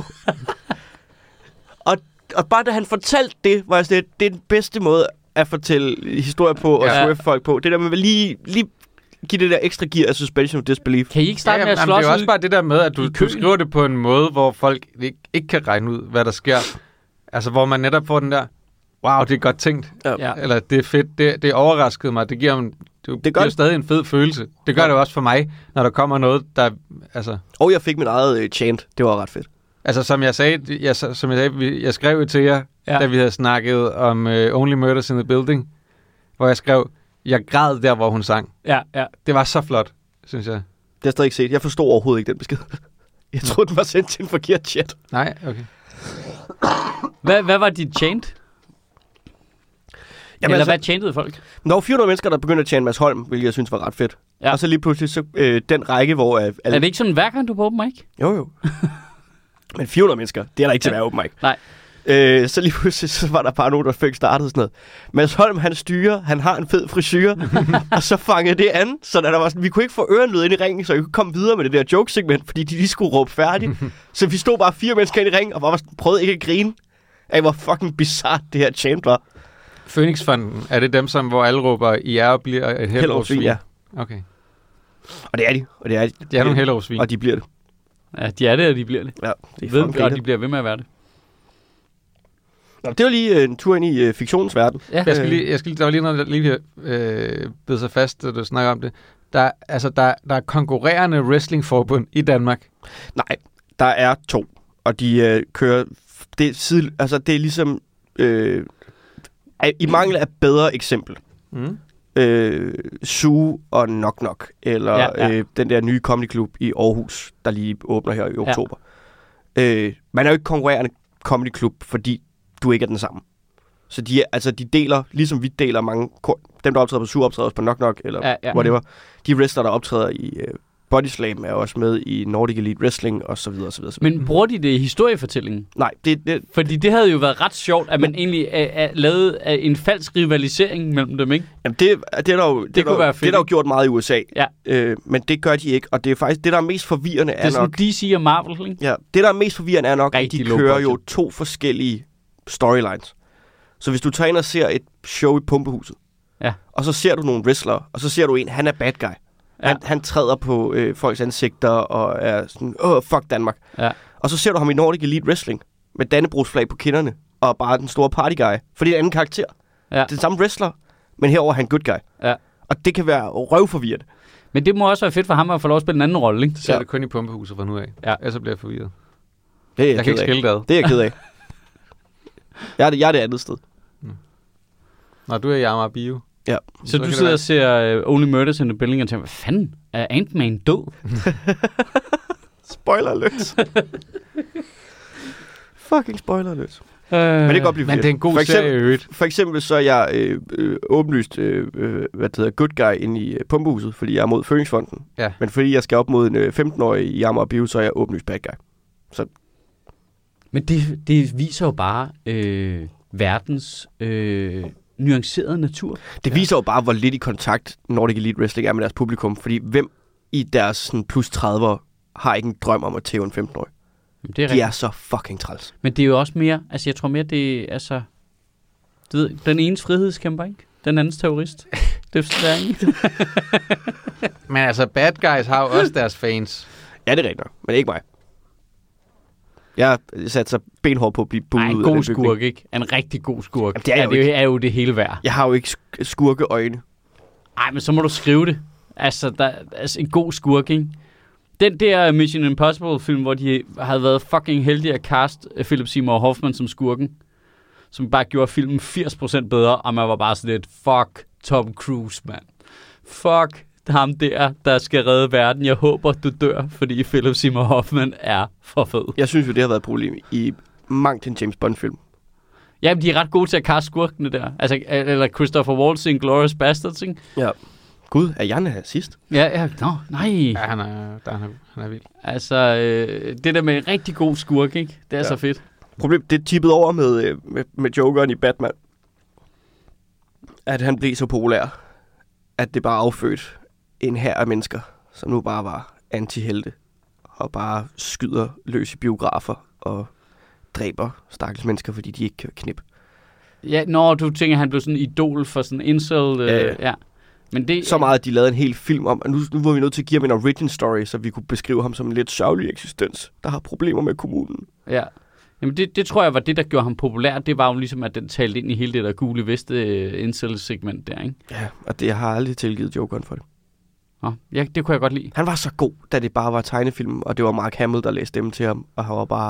og, og bare da han fortalte det, var jeg sådan, det er den bedste måde at fortælle historier på, og ja. folk på. Det der med lige, lige give det der ekstra gear af suspension of disbelief. Kan I ikke starte ja, med at slås? Det er også bare det der med, at du, du skriver det på en måde, hvor folk ikke, ikke kan regne ud, hvad der sker. Altså, hvor man netop får den der, wow, det er godt tænkt. Ja. Eller det er fedt, det, det overraskede mig. Det giver, det, det det giver stadig en fed følelse. Det gør ja. det også for mig, når der kommer noget, der... Altså... Og jeg fik mit eget uh, chant. Det var ret fedt. Altså, som jeg sagde, jeg, som jeg, sagde jeg skrev jo til jer, ja. da vi havde snakket om uh, Only Murders in the Building, hvor jeg skrev, jeg græd der, hvor hun sang. Ja, ja. Det var så flot, synes jeg. Det har jeg stadig ikke set. Jeg forstod overhovedet ikke den besked. Jeg troede, den var sendt til en forkert chat. Nej, okay. Hvad, hvad var dit chant? Jamen, Eller altså, hvad chantede folk? Der var fire hundrede mennesker, der begyndte at chante Mads Holm, hvilket jeg synes var ret fedt. Ja. Og så lige pludselig så, øh, den række, hvor... Øh, alle... Er det ikke sådan hver gang, du på open mic? Jo, jo. Men fire hundrede mennesker, det er der ikke til at være open mic. Nej. Øh, så lige pludselig så var der bare nogen, der fik startet sådan noget. Mads Holm, han styrer, han har en fed frisyre, og så fangede det an, så der var sådan, vi kunne ikke få ørenlyd ind i ringen, så vi kunne komme videre med det der joke-segment, fordi de lige skulle råbe færdigt. Så vi stod bare fire mennesker ind i ringen, og bare prøvede ikke at grine af, hvor fucking bizarrt det her chant var. Phoenix-fonden, er det dem, som, hvor alle råber, I er og bliver et helårsvin? Ja. Okay. Og det er de. Og det er de. De er nogle helårsvin. Og de bliver det. Ja, de er det, og de bliver det. Ja, det er ved, og de bliver ved med at være det. Nå, det var lige en tur ind i uh, fiktionens verden. Ja. Jeg skal lige, jeg skal lige, der var lige noget, der lige øh, bed sig fast, da du snakker om det. Der, altså, der, der er konkurrerende wrestlingforbund i Danmark. Nej, der er to. Og de øh, kører... Det er, side, altså, det er ligesom... Øh, i mangel af bedre eksempel. Mm. Øh, Sue og Knock Knock. Eller ja, ja. Øh, den der nye comedy club i Aarhus, der lige åbner her i oktober. Ja. Øh, man er jo ikke konkurrerende comedy club, fordi du ikke er den samme. Så de, altså, de deler, ligesom vi deler mange... Dem, der optræder på Sue, optræder også på Knock Knock, eller ja, ja. whatever. De wrestler, der optræder i... Øh, Body Slam er også med i Nordic Elite Wrestling, og så videre, og så videre. Men bruger de det i historiefortællingen? Nej, det... det Fordi det havde jo været ret sjovt, at man ja. egentlig er, er lavet en falsk rivalisering mellem dem, ikke? Jamen, det, det er der jo, det det der, det er der jo gjort meget i U S A. Ja. Øh, men det gør de ikke, og det er faktisk det, der er mest forvirrende er nok... Det er sådan D C og Marvel, ikke? Ja, det, der er mest forvirrende er nok, rigtig at de kører jo to forskellige storylines. Så hvis du tager ind og ser et show i Pumpehuset, ja. og så ser du nogle wrestlere, og så ser du en, han er bad guy. Ja. Han, han træder på øh, folks ansigter og er sådan, åh, fuck Danmark. Ja. Og så ser du ham i Nordic Elite Wrestling med Dannebrogsflag på kinderne og bare den store party guy. For det er en anden karakter. Ja. Det er den samme wrestler, men herover er han good guy. Ja. Og det kan være røvforvirrende. Men det må også være fedt for ham at få lov at spille en anden rolle, ikke? Så ja. er det kun i Pumpehuset fra nu af. Ja. Ellers bliver jeg forvirret. Det er jeg, jeg kan ikke skille det ad. Det er jeg ked af. jeg, er det, jeg er det andet sted. Mm. Nå, du er i Amager Bio. Ja. Så, så du sidder og ser uh, Only Murders in the Building og tænker, hvad fanden, er Ant-Man død? Spoiler alert. Fucking spoiler alert. Uh, men det kan godt blive Men det er en god for eksempel, serie, øvrigt. For eksempel så er jeg øh, øh, åbenlyst øh, øh, hvad det hedder, good guy inde i øh, pumpehuset, fordi jeg er mod Føringsfonden. Ja. Men fordi jeg skal op mod en øh, femten-årig i Amager Bio, så er jeg åbenlyst bad guy. Så. Men det, det viser jo bare øh, verdens øh, nuancerede natur. Det viser ja. jo bare, hvor lidt i kontakt Nordic Elite Wrestling er med deres publikum. Fordi hvem i deres sådan, plus tredive har ikke en drøm om at tæve en femten-årig? Det er De er så fucking træls. Men det er jo også mere, altså jeg tror mere, det er altså, du ved, den enes frihedskæmper, ikke? Den andens terrorist. Det er sådan, ikke? Men altså, bad guys har jo også deres fans. Ja, det er rigtigt nok, men ikke mig. Jeg satte sig benhårdt på at blive buet ud af den bygning. En god skurk, ikke? En rigtig god skurk. Jamen, det er, ja, jo det ikke. er jo det hele værd. Jeg har jo ikke sk- skurkeøjne. Nej, men så må du skrive det. Altså, der, altså en god skurk, ikke? Den der Mission Impossible-film, hvor de havde været fucking heldige at cast Philip Seymour Hoffman som skurken, som bare gjorde filmen firs procent bedre, og man var bare sådan lidt, fuck Tom Cruise, mand. Fuck ham der, der skal redde verden. Jeg håber, du dør, fordi Philip Seymour Hoffman er for fed. Jeg synes jo, det har været et problem i mangt en James Bond-film. Ja, de er ret gode til at cast skurkene der. Altså, eller Christopher Waltz i Inglourious Basterds, ikke? Ja. Gud, er Janne her sidst? Ja, ja, nå, nej. Ja, han er, der, han er, han er vild. Altså, øh, det der med en rigtig god skurk, ikke? Det er ja. så fedt. Problem, det tippede over med, med, med Jokeren i Batman. At han blev så populær, at det bare affødt en hær af mennesker, som nu bare var antihelte, og bare skyder løs i biografer, og dræber stakkels mennesker, fordi de ikke kan knippe. Ja, når du tænker, han blev sådan en idol for sådan en incel, øh, ja, ja. ja. Men det, så meget, at de lavede en hel film om, at nu, nu var vi nødt til at give ham en origin story, så vi kunne beskrive ham som en lidt sørgelig eksistens, der har problemer med kommunen. Ja, jamen det, det tror jeg var det, der gjorde ham populær. Det var jo ligesom, at den talte ind i hele det der gule veste uh, incel-segment der, ikke? Ja, og det har jeg aldrig tilgivet Jokeren for det. Nå, ja, det kunne jeg godt lide. Han var så god, da det bare var tegnefilm, og det var Mark Hamill, der læste dem til ham, og han var bare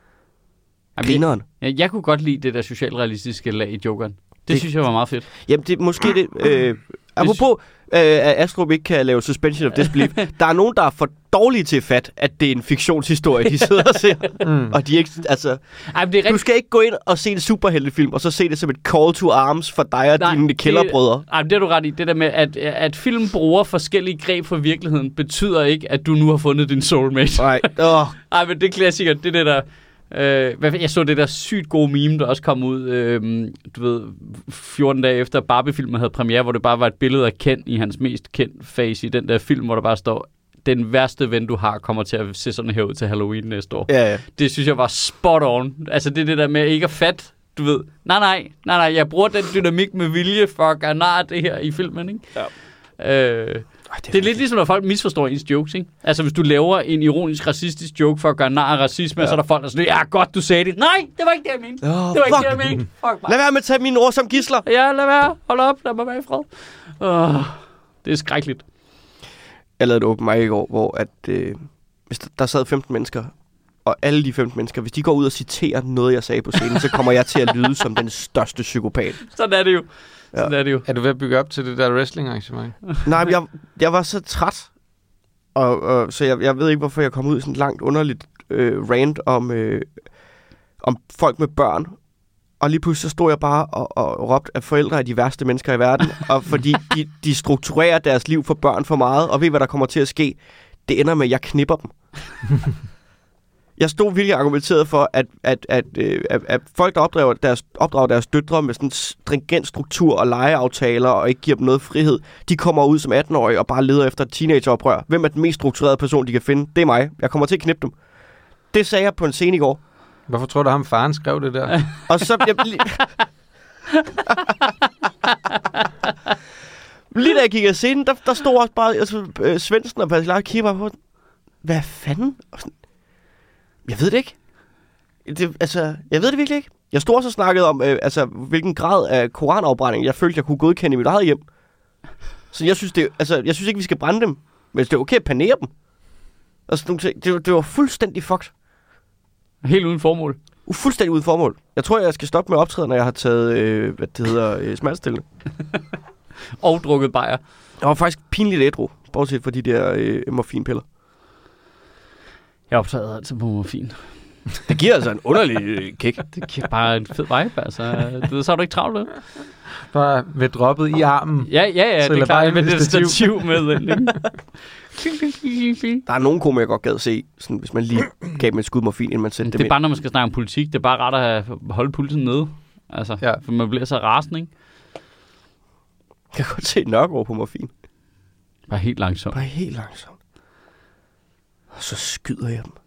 grineren. Jeg, jeg kunne godt lide det der socialrealistiske lag i Jokeren. Det, det synes jeg var meget fedt. Jamen, det er måske det... Øh, apropos, øh, at Astrup ikke kan lave suspension of disbelief. Der er nogen, der er for dårlige til fat, at det er en fiktionshistorie, de sidder og ser. mm. Og de ikke... Altså, Ej, det er rigt... Du skal ikke gå ind og se en superheltefilm, og så se det som et call to arms for dig og nej, dine kælderbrødre. Nej, det er du ret i. Det der med, at, at film bruger forskellige greb for virkeligheden, betyder ikke, at du nu har fundet din soulmate. Nej. Oh. Ej, men det er klassiker. Det der der... Øh, jeg så det der sygt gode meme, der også kom ud, øh, du ved, fjorten dage efter Barbie-filmen havde premiere, hvor det bare var et billede af Ken i hans mest kendt face i den der film, hvor der bare står, den værste ven, du har, kommer til at se sådan her ud til Halloween næste år. Ja, ja. Det synes jeg var spot on. Altså det er det der med ikke at fat, du ved, nej, nej, nej, nej, jeg bruger den dynamik med vilje for at gøre nar det her i filmen, ikke? Ja. Øh, Ej, det, er det er lidt ligesom, når folk misforstår ens jokes, ikke? Altså, hvis du laver en ironisk, racistisk joke for at gøre nar af racisme, ja. Så er der folk, der sådan, ja, godt, du sagde det. Nej, det var ikke det, jeg mente. Oh, det var fuck. ikke det, jeg mente. Fuck, lad være med at tage mine ord som gidsler. Ja, lad være. Hold op, lad mig være i fred. Oh, det er skrækkeligt. Jeg lavede et open mic i går, hvor at, øh, hvis der, der sad femten mennesker, og alle de femten mennesker, hvis de går ud og citerer noget, jeg sagde på scenen, så kommer jeg til at lyde som den største psykopat. Sådan er det jo. Sådan ja. er det jo. Er du ved at bygge op til det der wrestling-arrangement? Nej, men jeg, jeg var så træt, og, og, så jeg, jeg ved ikke, hvorfor jeg kom ud i sådan et langt underligt øh, rant om, øh, om folk med børn. Og lige pludselig så stod jeg bare og, og råbte, at forældre er de værste mennesker i verden, og fordi de, de strukturerer deres liv for børn for meget, og ved, hvad der kommer til at ske. Det ender med, at jeg knipper dem. Jeg stod virkelig argumenteret for, at, at, at, at, at folk, der opdrager deres, opdrager deres døtre med sådan en stringent struktur og legeaftaler og ikke giver dem noget frihed, de kommer ud som atten-årige og bare leder efter et teenageoprør. Hvem er den mest strukturerede person, de kan finde? Det er mig. Jeg kommer til at knippe dem. Det sagde jeg på en scene i går. Hvorfor tror du, ham faren skrev det der? Og så... Jeg, lige, lige da jeg gik af scenen, der, der stod også bare altså, øh, Svendsen og Pascal og kigger på, hvad fanden? Jeg ved det ikke. Det, altså, jeg ved det virkelig ikke. Jeg stod også og snakkede om, øh, altså, hvilken grad af koranafbrænding, jeg følte, jeg kunne godkende i mit eget hjem. Så jeg synes, det, altså, jeg synes ikke, vi skal brænde dem. Men det er okay at panere dem. Altså, det, det var fuldstændig fucked. Helt uden formål. Uh, fuldstændig uden formål. Jeg tror, jeg skal stoppe med optræden, når jeg har taget, øh, hvad det hedder, øh, smertestillende. Og drukket bajer. Jeg var faktisk pinligt ædru, bortset fra de der øh, morfinpiller. Jeg optræder altid på morfin. Det giver altså en underlig øh, kick. Det giver bare en fed vibe, altså. Du, så er du ikke travlt med. Bare ved droppet i armen. Ja, ja, ja, det er klart, med det stativ. stativ med. Der er nogle komikere, jeg godt gad se, sådan, hvis man lige gav dem et skud morfin, inden man sendte det dem er ind. bare, når man skal snakke om politik, det er bare ret at have, holde pulsen nede. Altså, ja. For man bliver så rasende, ikke? Jeg kan godt se Nørgaard på morfin. Bare helt langsomt. Bare helt langsomt. Og så skyder jeg dem.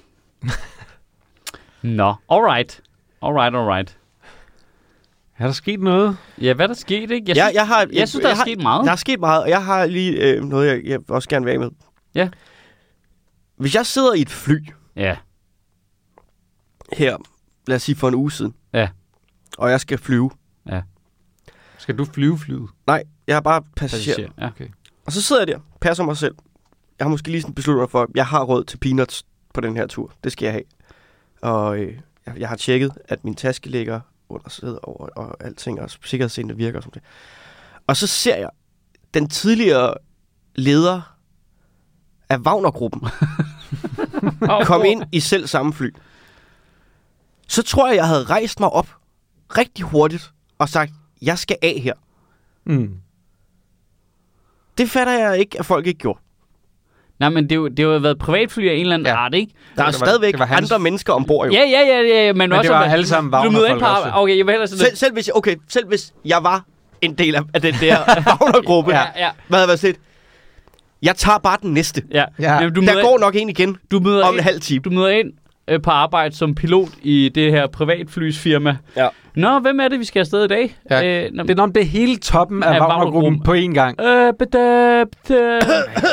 Nå, alright. Alright, alright. Er der sket noget? Ja, hvad er der sket, ikke? Jeg ja, synes, jeg, har, jeg, jeg synes der jeg er har, sket meget. Der er sket meget, og jeg har lige øh, noget, jeg, jeg også gerne vil af med. Ja. Hvis jeg sidder i et fly Ja. her, lad os sige for en uge siden, Ja. og jeg skal flyve. Ja. Skal du flyve flyet? Nej, jeg er bare passager. Passager, ja. Okay. Og så sidder jeg der, passer mig selv. Jeg har måske lige sådan besluttet mig for, at jeg har råd til peanuts på den her tur. Det skal jeg have. Og øh, jeg, jeg har tjekket, at min taske ligger under sædet over, og alting, og sikkerhedsscenen virker og sådan det. Og så ser jeg den tidligere leder af Wagner-gruppen kom ind i selv samme fly. Så tror jeg, jeg havde rejst mig op rigtig hurtigt og sagt, jeg skal af her. Mm. Det fatter jeg ikke, at folk ikke gjorde. Nej, men det, er jo, det har jo været privatfly af en eller anden Ja. art, ikke? Der er det var- stadigvæk det var hans- andre mennesker ombord jo. Ja, ja, ja, ja, men, Men også... det var at- alle sammen Du møder ind Wagner-folk på... også. Okay, jeg vil hellere sådan... Selv, selv, hvis, okay, selv hvis jeg var en del af, af den der Wagner-gruppe, Ja, ja. hvad havde været set? Jeg tager bare den næste. Ja, Ja. Men du Der møder, går nok en igen du møder om ind, en halv time. Du møder ind øh, på arbejde som pilot i det her privatflysfirma. Ja. Nå, hvem er det, vi skal afsted i dag? Ja. Øh, nå, Det er om det er hele toppen af Af Wagner-gruppen Wagner-gruppen. på én gang. Øh, bedøbt, øh.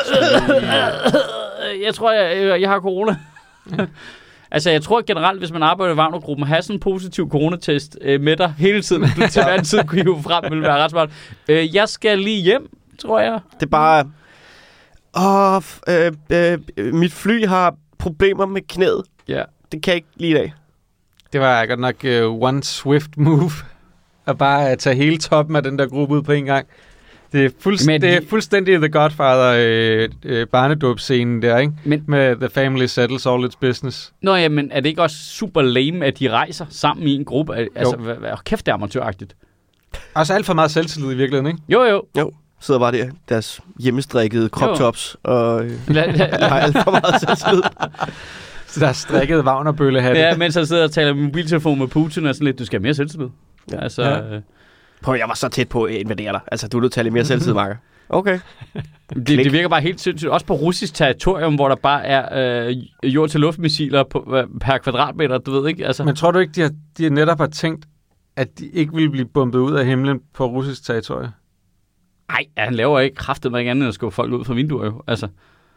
Jeg tror, jeg, jeg har corona. Altså, jeg tror generelt, hvis man arbejder i Wagner-gruppen, have sådan en positiv coronatest øh, med dig hele tiden, du til hver en tid kunne hive frem, vil være ret smart. Øh, jeg skal lige hjem, tror jeg. Det er bare... Åh, f- øh, øh, mit fly har problemer med knæet. Ja. Det kan jeg ikke lige i dag. Det var godt nok uh, one swift move. At bare uh, tage hele toppen af den der gruppe ud på en gang. Det er, fuldst- Men det er de- fuldstændig The Godfather øh, øh, barnedåbscenen der, ikke? Men- Med The Family Settles All Its Business. Nå ja, men er det ikke også super lame, at de rejser sammen i en gruppe? Altså, hvad, hvad, kæft, det er amatøragtigt. Også alt for meget selvtillid i virkeligheden, ikke? Jo, jo. Jo, sidder bare der, deres hjemmestrikkede crop tops, og øh, La, la, har alt for meget selvtillid. Så der er strikket Wagner-bøllehatte. ja, mens han sidder og taler med mobiltelefon med Putin, og sådan lidt, du skal have mere selvtillid. Ja. Altså, Ja. øh, Prøv, jeg var så tæt på at invadere dig. Altså, du er nødt til at have lidt mere selvtillid, Marker. Okay. det, det virker bare helt sindssygt. Også på russisk territorium, hvor der bare er øh, jord-til-luft-missiler på, øh, per kvadratmeter, du ved ikke? Altså, Men tror du ikke, de, har, de netop har tænkt, at de ikke ville blive bombet ud af himlen på russisk territorie? nej, han laver ikke kraftet med ikke andet end at skubbe folk ud fra vinduer jo. Altså,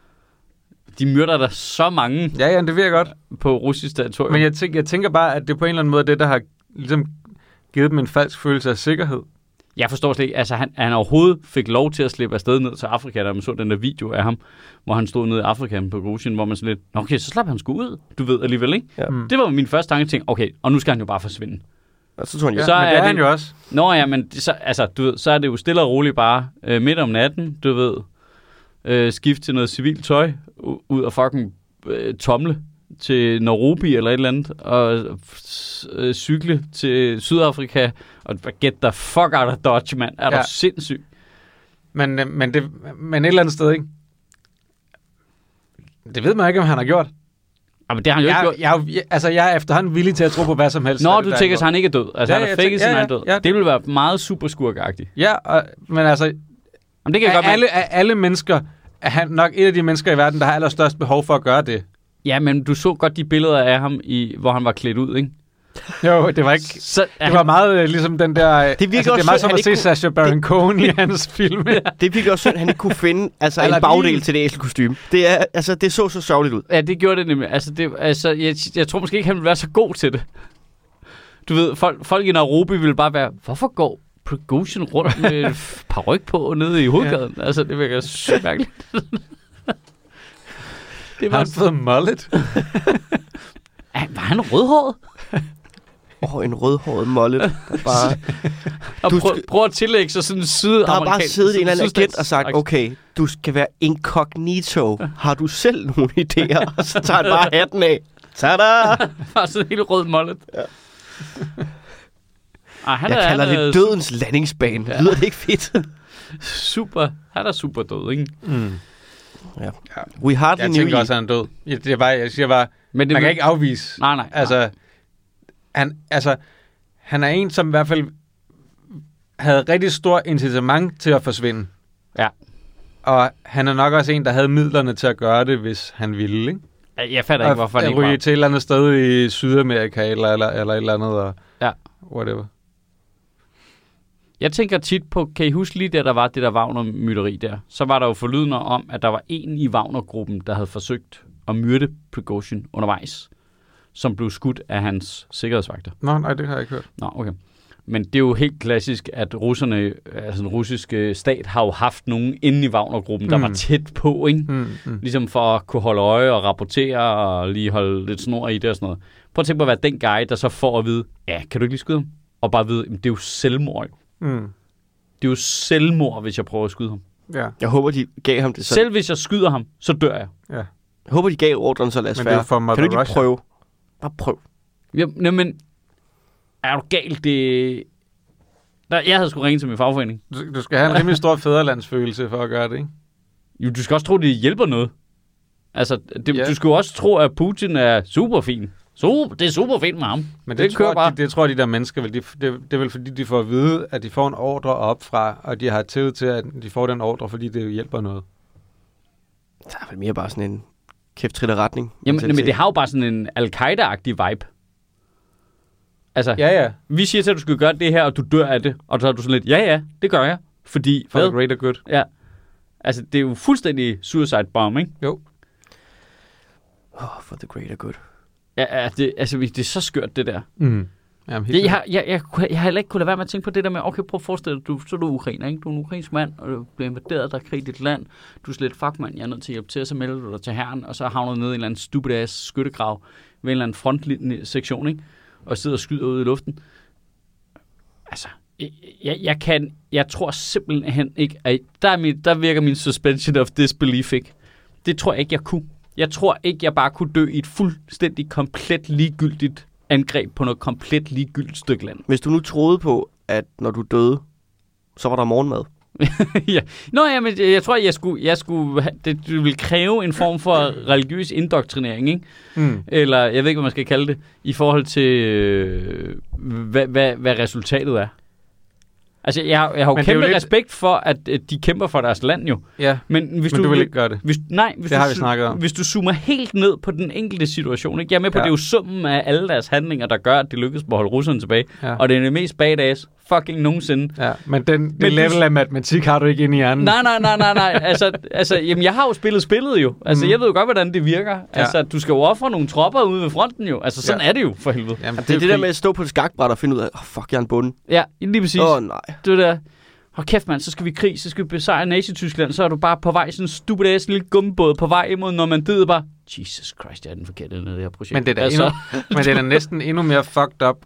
de myrder der så mange Ja, ja, det ved jeg godt. på russisk territorium. Men jeg, tænker, jeg tænker bare, at det på en eller anden måde er det, der har ligesom givet dem en falsk følelse af sikkerhed. Jeg forstår slet ikke, altså han, han overhovedet fik lov til at slippe afsted ned til Afrika, da man så den der video af ham, hvor han stod nede i Afrika på Grusien, hvor man sådan lidt, nå okay, så slap han sgu ud, du ved alligevel, ikke? Ja. Mm. Det var min første tanke, tænkte, okay, og nu skal han jo bare forsvinde. Og så tog han Ja, jo. Så men det er er det- han jo også. Nå ja, men det, så, altså, du ved, så er det jo stille og roligt bare øh, midt om natten, du ved, øh, skift til noget civilt tøj, u- ud og fucking øh, tomle til Nairobi eller et eller andet, og øh, cykle til Sydafrika, og get the fuck out of Dodge, mand. Er ja. Ja. du sindssyg? Men, øh, men, det, men et eller andet sted, ikke? Det ved man ikke, om han har gjort. Jamen, det har han jo ikke Jeg, gjort. jeg, jeg, altså, jeg er efterhånden villig til at tro på hvad som helst. Nå, af det, du der tænker, er så han ikke er død. Altså, Ja, han er jeg fake, tænker- så han ja, er død. ja, Det ville være meget super skurkagtigt. Ja, og, men altså, Jamen, det kan jeg af godt alle, af alle mennesker, er han nok et af de mennesker i verden, der har allerstørst behov for at gøre det. Ja, men du så godt de billeder af ham, i, hvor han var klædt ud, ikke? Jo, det var ikke... Så, Det var meget øh, ligesom den der... Det, virker altså, det også er meget synd, som han at ikke se kunne- Sacha Baron Cohen i hans film. Ja. Det er virkelig også synd, at han ikke kunne finde altså, en Aladdin. bagdel til det æselkostyme. Det, er, altså, det så så sørgeligt ud. Ja, det gjorde det nemlig. Altså, det, altså jeg, jeg tror måske ikke, han ville være så god til det. Du ved, folk, folk i Nairobi ville bare være, hvorfor går Prigozhin rundt med et paryk på nede i hovedgaden? Ja. Altså, det virker sygt mærkeligt. Det Har var, han fået mullet? Ah, var han rødhåret? Åh, oh, en rødhåret mollet. Bare, og prøv, skal, prøv at tillægge sig sådan en sydamerikansk... Der har bare siddet en eller anden agent og sagt, okay, du skal være incognito. Har du selv nogle idéer? Og så tager han bare hatten af. Tada! Bare sådan en helt rød mollet. Ja. Ah, han jeg er, kalder han det dødens super... landingsbane. Ja. Lyder det ikke fedt? Super. Han er super død, ikke? Mm. Ja. We hardly jeg tænker også, at han er død. Jeg, det er bare, jeg siger bare, men det man kan ikke afvise. Nej, nej. Altså, nej. Han, altså, han er en, som i hvert fald havde rigtig stor incitament til at forsvinde. Ja. Og han er nok også en, der havde midlerne til at gøre det, hvis han ville, ikke? Jeg fatter ikke, hvorfor han ikke var. Ryge til et eller andet sted i Sydamerika, eller, eller, eller et eller andet, og ja. Whatever. Jeg tænker tit på, kan I huske lige der, der var det der Wagner-myteri der? Så var der jo forlydende om, at der var en i Wagner-gruppen, der havde forsøgt at myrde Prigozhin undervejs, som blev skudt af hans sikkerhedsvagter. Nå, nej, det har jeg ikke hørt. Nå, okay. Men det er jo helt klassisk, at russerne, altså den russiske stat, har jo haft nogen inde i Wagner-gruppen, der mm. var tæt på, ikke? Mm, mm. Ligesom for at kunne holde øje og rapportere og lige holde lidt snor i det og sådan noget. Prøv at tænke på at være den guy, der så får at vide, ja, kan du ikke lige skyde ham? Og bare vide, det er jo selvmord. Mm. Det er jo selvmord, hvis jeg prøver at skyde ham. Ja. Jeg håber, de gav ham det så. Selv hvis jeg skyder ham, så dør jeg. Ja. Jeg håber, de gav ordren, så lad os være. Kan du ikke lige prøve? Bare prøv. Ja, men er du galt? Det... Der, jeg havde sgu ringet til min fagforening. Du, du skal have en rimelig stor fædrelandsfølelse for at gøre det, ikke? Jo, du skal også tro, det hjælper noget. Altså, det, ja. Du skal jo også tro, at Putin er super fin. Super, det er super fint med ham. Men det, det, tror, bare. De, det tror de der mennesker, vel, de, det, det er vel fordi, de får at vide, at de får en ordre opfra, og de har tillid til, at de får den ordre, fordi det hjælper noget. Det er vel mere bare sådan en kæft-tritter retning. Jamen, men det har jo bare sådan en Al-Qaida-agtig vibe. Altså, ja, ja. Vi siger til, at du skal gøre det her, og du dør af det. Og så er du sådan lidt, ja, ja, det gør jeg. Fordi, for the greater good. Ja. Altså, det er jo fuldstændig suicide bomb, ikke? Jo. Oh, for the greater good. Ja, det, altså, det er så skørt, det der. Mm. Jamen, det, jeg, har, jeg, jeg, jeg har heller ikke kunne lade være med at tænke på det der med, okay, prøv at forestille dig, du, så er du ukrainer, ikke? Du er en ukrainsk mand, og du bliver invaderet, der er krig i dit land. Du er slet et fuck, mand, jeg er nødt til at hjælpe til, så melder du dig til herren, og så havner du nede i en eller anden stupid ass skyttegrav ved en eller anden frontlinje-sektion, ikke? Og sidder og skyder ud i luften. Altså, jeg, jeg kan, jeg tror simpelthen ikke, at der, er min, der virker min suspension of disbelief, ikke? Det tror jeg ikke, jeg kunne. Jeg tror ikke, jeg bare kunne dø i et fuldstændig, komplet ligegyldigt angreb på noget komplet ligegyldigt stykke land. Hvis du nu troede på, at når du døde, så var der morgenmad. ja. Nå ja, men jeg tror, jeg skulle, jeg skulle det, det ville kræve en form for religiøs indoktrinering, ikke? Mm. Eller jeg ved ikke, hvad man skal kalde det, i forhold til, øh, hvad, hvad, hvad resultatet er. Altså, jeg har, jeg har jo kæmpe lidt... respekt for, at, at de kæmper for deres land jo. Ja, men, hvis men du, du vil ikke gøre det. Hvis, nej, hvis det du, har vi snakket om. Hvis du zoomer helt ned på den enkelte situation, ikke? Jeg er med på, ja. Det er jo summen af alle deres handlinger, der gør, at det lykkes på at holde russerne tilbage. Ja. Og det er det mest badass fucking nogensinde. Ja, men den, den men level du... af matematik har du ikke inde i hjernen. Nej, nej, nej, nej, nej. altså, altså, jamen, jeg har jo spillet spillet jo. Altså, mm. jeg ved jo godt, hvordan det virker. Ja. Altså, du skal jo ofre nogle tropper ude ved fronten jo. Altså, sådan ja. Er det jo, for helvede. Jamen, det, det er det der med at stå på et skakbræt og finde ud af, oh, fuck, jeg er en bonde. Ja, lige præcis. Åh, oh, nej. Det der... Hold kæft, mand, så skal vi krig, så skal vi besejre Nazi-Tyskland, så er du bare på vej, sådan en stupid ass lille gummibåd på vej imod Normandiet, bare, Jesus Christ, jeg er den forkerte af det her projekt. Men det er, altså. endnu, men det er da næsten endnu mere fucked up,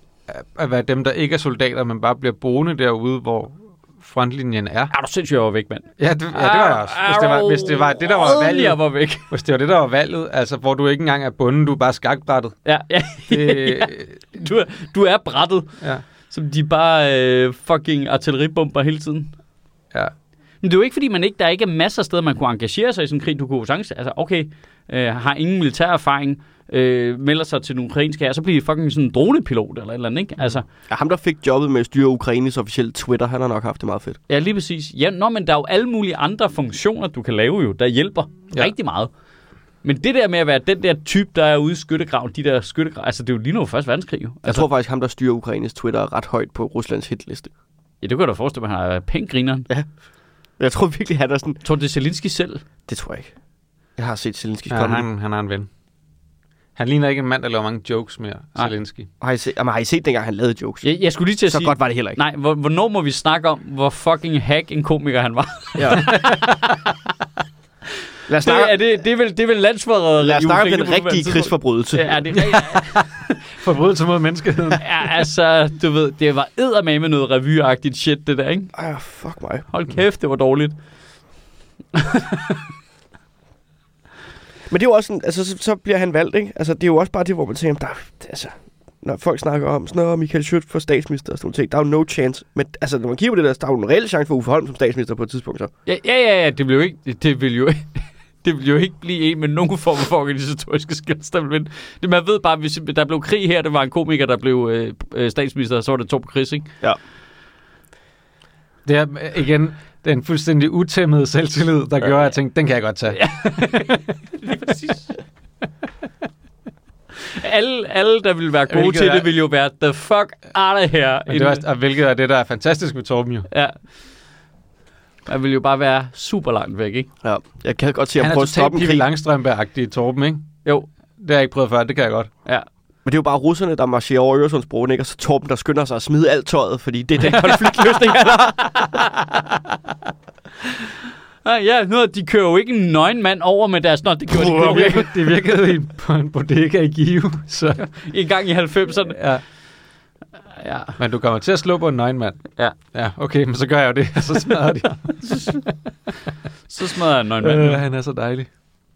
at være dem, der ikke er soldater, men bare bliver boende derude, hvor frontlinjen er. Er du sindssygt, jeg var væk, mand? Ja, det, ja, det var jeg også. Hvis det var, hvis det var det, der var valget. Jeg var væk. Hvis det var det, der var valget, altså, hvor du ikke engang er bunden, du er bare skakbrættet. Ja, ja. Det, ja. Du, er, du er brættet. Ja. Som de bare øh, fucking artilleribomber hele tiden. Ja. Men det er jo ikke, fordi man ikke, der ikke er masser af steder, man kunne engagere sig i sådan en krig. Du kunne sagtens, altså okay, øh, har ingen militær erfaring, øh, melder sig til den ukrainske her, så bliver de fucking sådan en dronepilot eller et eller andet, ikke? Altså, ja, ham, der fik jobbet med at styre Ukraines officielle Twitter, han har nok haft det meget fedt. Ja, lige præcis. Ja, nå, men der er jo alle mulige andre funktioner, du kan lave jo, der hjælper ja. Rigtig meget. Men det der med at være den der type, der er ude i skyttegraven, de der skyttegrav, altså det er jo lige nu første verdenskrig jo. Altså, jeg tror faktisk, ham der styrer Ukraines Twitter er ret højt på Ruslands hitliste. Ja, det kan du da forestille mig, han er pænt grineren. Ja, jeg tror virkelig, han er sådan... Tror du, det er Zelensky selv? Det tror jeg ikke. Jeg har set Zelensky ja, komme. Han, han har en ven. Han ligner ikke en mand, der laver mange jokes mere, ah. Zelensky. Har I, set, jamen, har I set dengang, han lavede jokes? Jeg, jeg skulle lige til at Så sige... Så godt var det heller ikke. Nej, hvornår må vi snakke om, hvor fucking hack en komiker han var? Ja. Lad os snakke, det, er, det, det, er vel, det er vel landsforræderi. Lad os snakke om den rigtige krigsforbrydelse. Ja, det er Forbrydelse mod menneskeheden. Ja, altså, du ved, det var eddermame med noget revyagtigt shit, det der, ikke? Ej, fuck mig. Hold kæft, det var dårligt. Men det er jo også sådan, altså, så, så bliver han valgt, ikke? Altså, det er jo også bare det, hvor man tænker, der, altså, når folk snakker om sådan noget, Michael Schiødt for statsminister og sådan noget ting, der er jo no chance. Men altså, når man kigger på det der, der er jo en reel chance for Uffe Holm som statsminister på et tidspunkt, så. Ja, ja, ja, ja det vil jo ikke, det vil jo ikke, det vil jo ikke blive en med nogen form for organisatoriske skills, der vil vinde. Det, man ved bare, hvis der blev krig her, det var en komiker, der blev øh, statsminister, og så var det Torben Chris, ikke? Ja. Det er igen den fuldstændig utæmmede selvtillid, der gør, at jeg tænkte, den kan jeg godt tage. Ja. Lige præcis. Alle, alle, der ville være gode hvilket til er, det, ville jo være the fuck out of here. Men det er også, og hvilket er det, der er fantastisk ved Torben jo. Ja. Man ville jo bare være super langt væk, ikke? Ja, jeg kan godt se at prøve at stoppe en krig. Han er totalt Pippi Langstrømpe-agtig Torben, ikke? Jo. Det har jeg ikke prøvet før, det kan jeg godt. Ja. Men det er jo bare russerne, der marcherer over Øresundsbroen, ikke? Og så Torben, der skynder sig at smide alt tøjet, fordi det er den konfliktløsning, han har. Ja, nu de kører jo ikke en nøgen mand over med deres... Nå, det gjorde de det virkede, det virkede på en bodega i Give, så... En gang i halvfemserne. Ja. Ja. Men du kommer til at slå på en nøgen mand. Ja. Ja, okay, men så gør jeg jo det, så smadrer de. Så smadrer jeg en nøgen mand. Øh, han er så dejlig.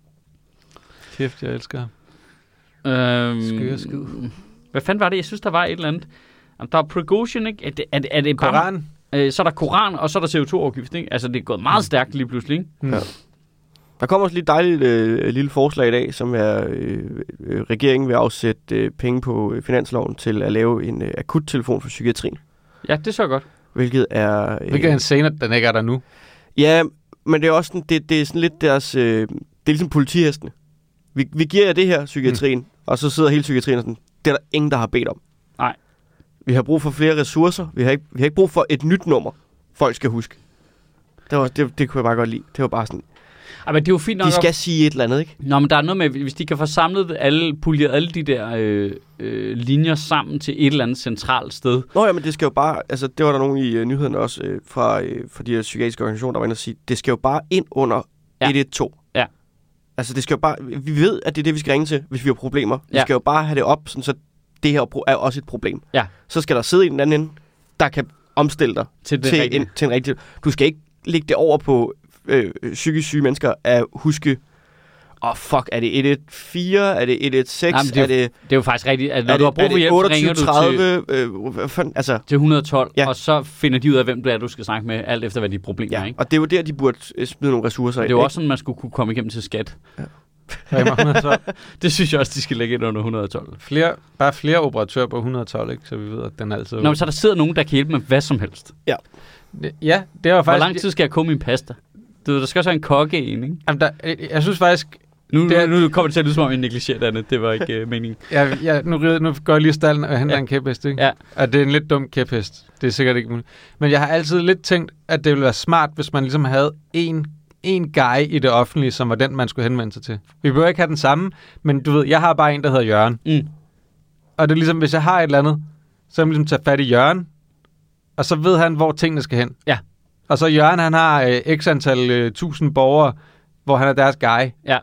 Kæft, jeg elsker ham. Øhm, Skøre skid. Hvad fanden var det? Jeg synes, der var et eller andet. Jamen, der er Prigozhin, ikke? Er det, er det, er det Koran? Bare, øh, så er der Koran, og så er der C O to afgift, ikke? Altså, det er gået meget stærkt lige pludselig, ikke? Mm. Ja. Der kommer også lige et dejligt øh, lille forslag i dag, som er, øh, øh, regeringen vil afsætte øh, penge på øh, finansloven til at lave en øh, akuttelefon for psykiatrien. Ja, det er så godt. Hvilket er... Øh, Hvilket er en scene, den ikke er der nu. Ja, men det er også sådan, det, det er sådan lidt deres... Øh, det er ligesom politihestene. Vi, vi giver jer det her, psykiatrien, mm. og så sidder hele psykiatrien og sådan, det er der ingen, der har bedt om. Nej. Vi har brug for flere ressourcer. Vi har ikke, vi har ikke brug for et nyt nummer, folk skal huske. Det, var, det, det kunne jeg bare godt lide. Det var bare sådan... Ja, men det er jo fint nok. De skal op... sige et eller andet, ikke? Nå, men der er noget med, hvis de kan få samlet alle, puljeret alle de der øh, øh, linjer sammen til et eller andet centralt sted. Nå ja, men det skal jo bare, altså det var der nogen i uh, nyhederne også øh, fra, øh, fra de her psykiatriske organisationer, der var inde og sige, det skal jo bare ind under ja. et et to. Ja. Altså det skal jo bare, vi ved, at det er det, vi skal ringe til, hvis vi har problemer. Vi ja. skal jo bare have det op, sådan, så det her er også et problem. Ja. Så skal der sidde en anden ende, der kan omstille dig til, til, en, til en rigtig... Du skal ikke lægge det over på øh, psykisk syge mennesker at huske, åh oh, fuck, er det et et fire, er det et et seks, Jamen, det er, er det... Det er jo faktisk rigtigt, at når er du har brug for hjælp, så ringer du tredive, til, øh, fand, altså, til et hundrede og tolv, ja. og så finder de ud af, hvem det er, du skal snakke med, alt efter hvad dit problem ja. er, ikke? Og det er jo der, de burde smide nogle ressourcer ind. Det er jo også sådan, man skulle kunne komme igennem til skat. Ja. Det synes jeg også, de skal lægge ind under et hundrede og tolv. Flere, bare flere operatører på et hundrede og tolv, ikke? Så vi ved, at den altid... Nå, men så der sidder nogen, der kan hjælpe med hvad som helst. Ja. Ja, det var faktisk... Hvor lang tid skal jeg koge min pasta? Du ved, der skal også være en kokke en, ikke? Jamen, der, jeg synes faktisk... Nu, det er, nu kommer det til at lyde som om, jeg negligerer det andet. Det var ikke uh, meningen. Ja, ja, nu, nu går jeg lige i stallen og henter ja. en kæphest, ikke? Ja. Og det er en lidt dum kæphest. Det er sikkert ikke muligt. Men jeg har altid lidt tænkt, at det ville være smart, hvis man ligesom havde en, en guy i det offentlige, som var den, man skulle henvende sig til. Vi behøver ikke have den samme, men du ved, jeg har bare en, der hedder Jørgen. Mm. Og det er ligesom, hvis jeg har et eller andet, så kan jeg ligesom tage fat i Jørgen, og så ved han, hvor tingene skal hen. Ja. Og så Jørgen, han har øh, x antal øh, tusind borgere, hvor han er deres guy. Ja.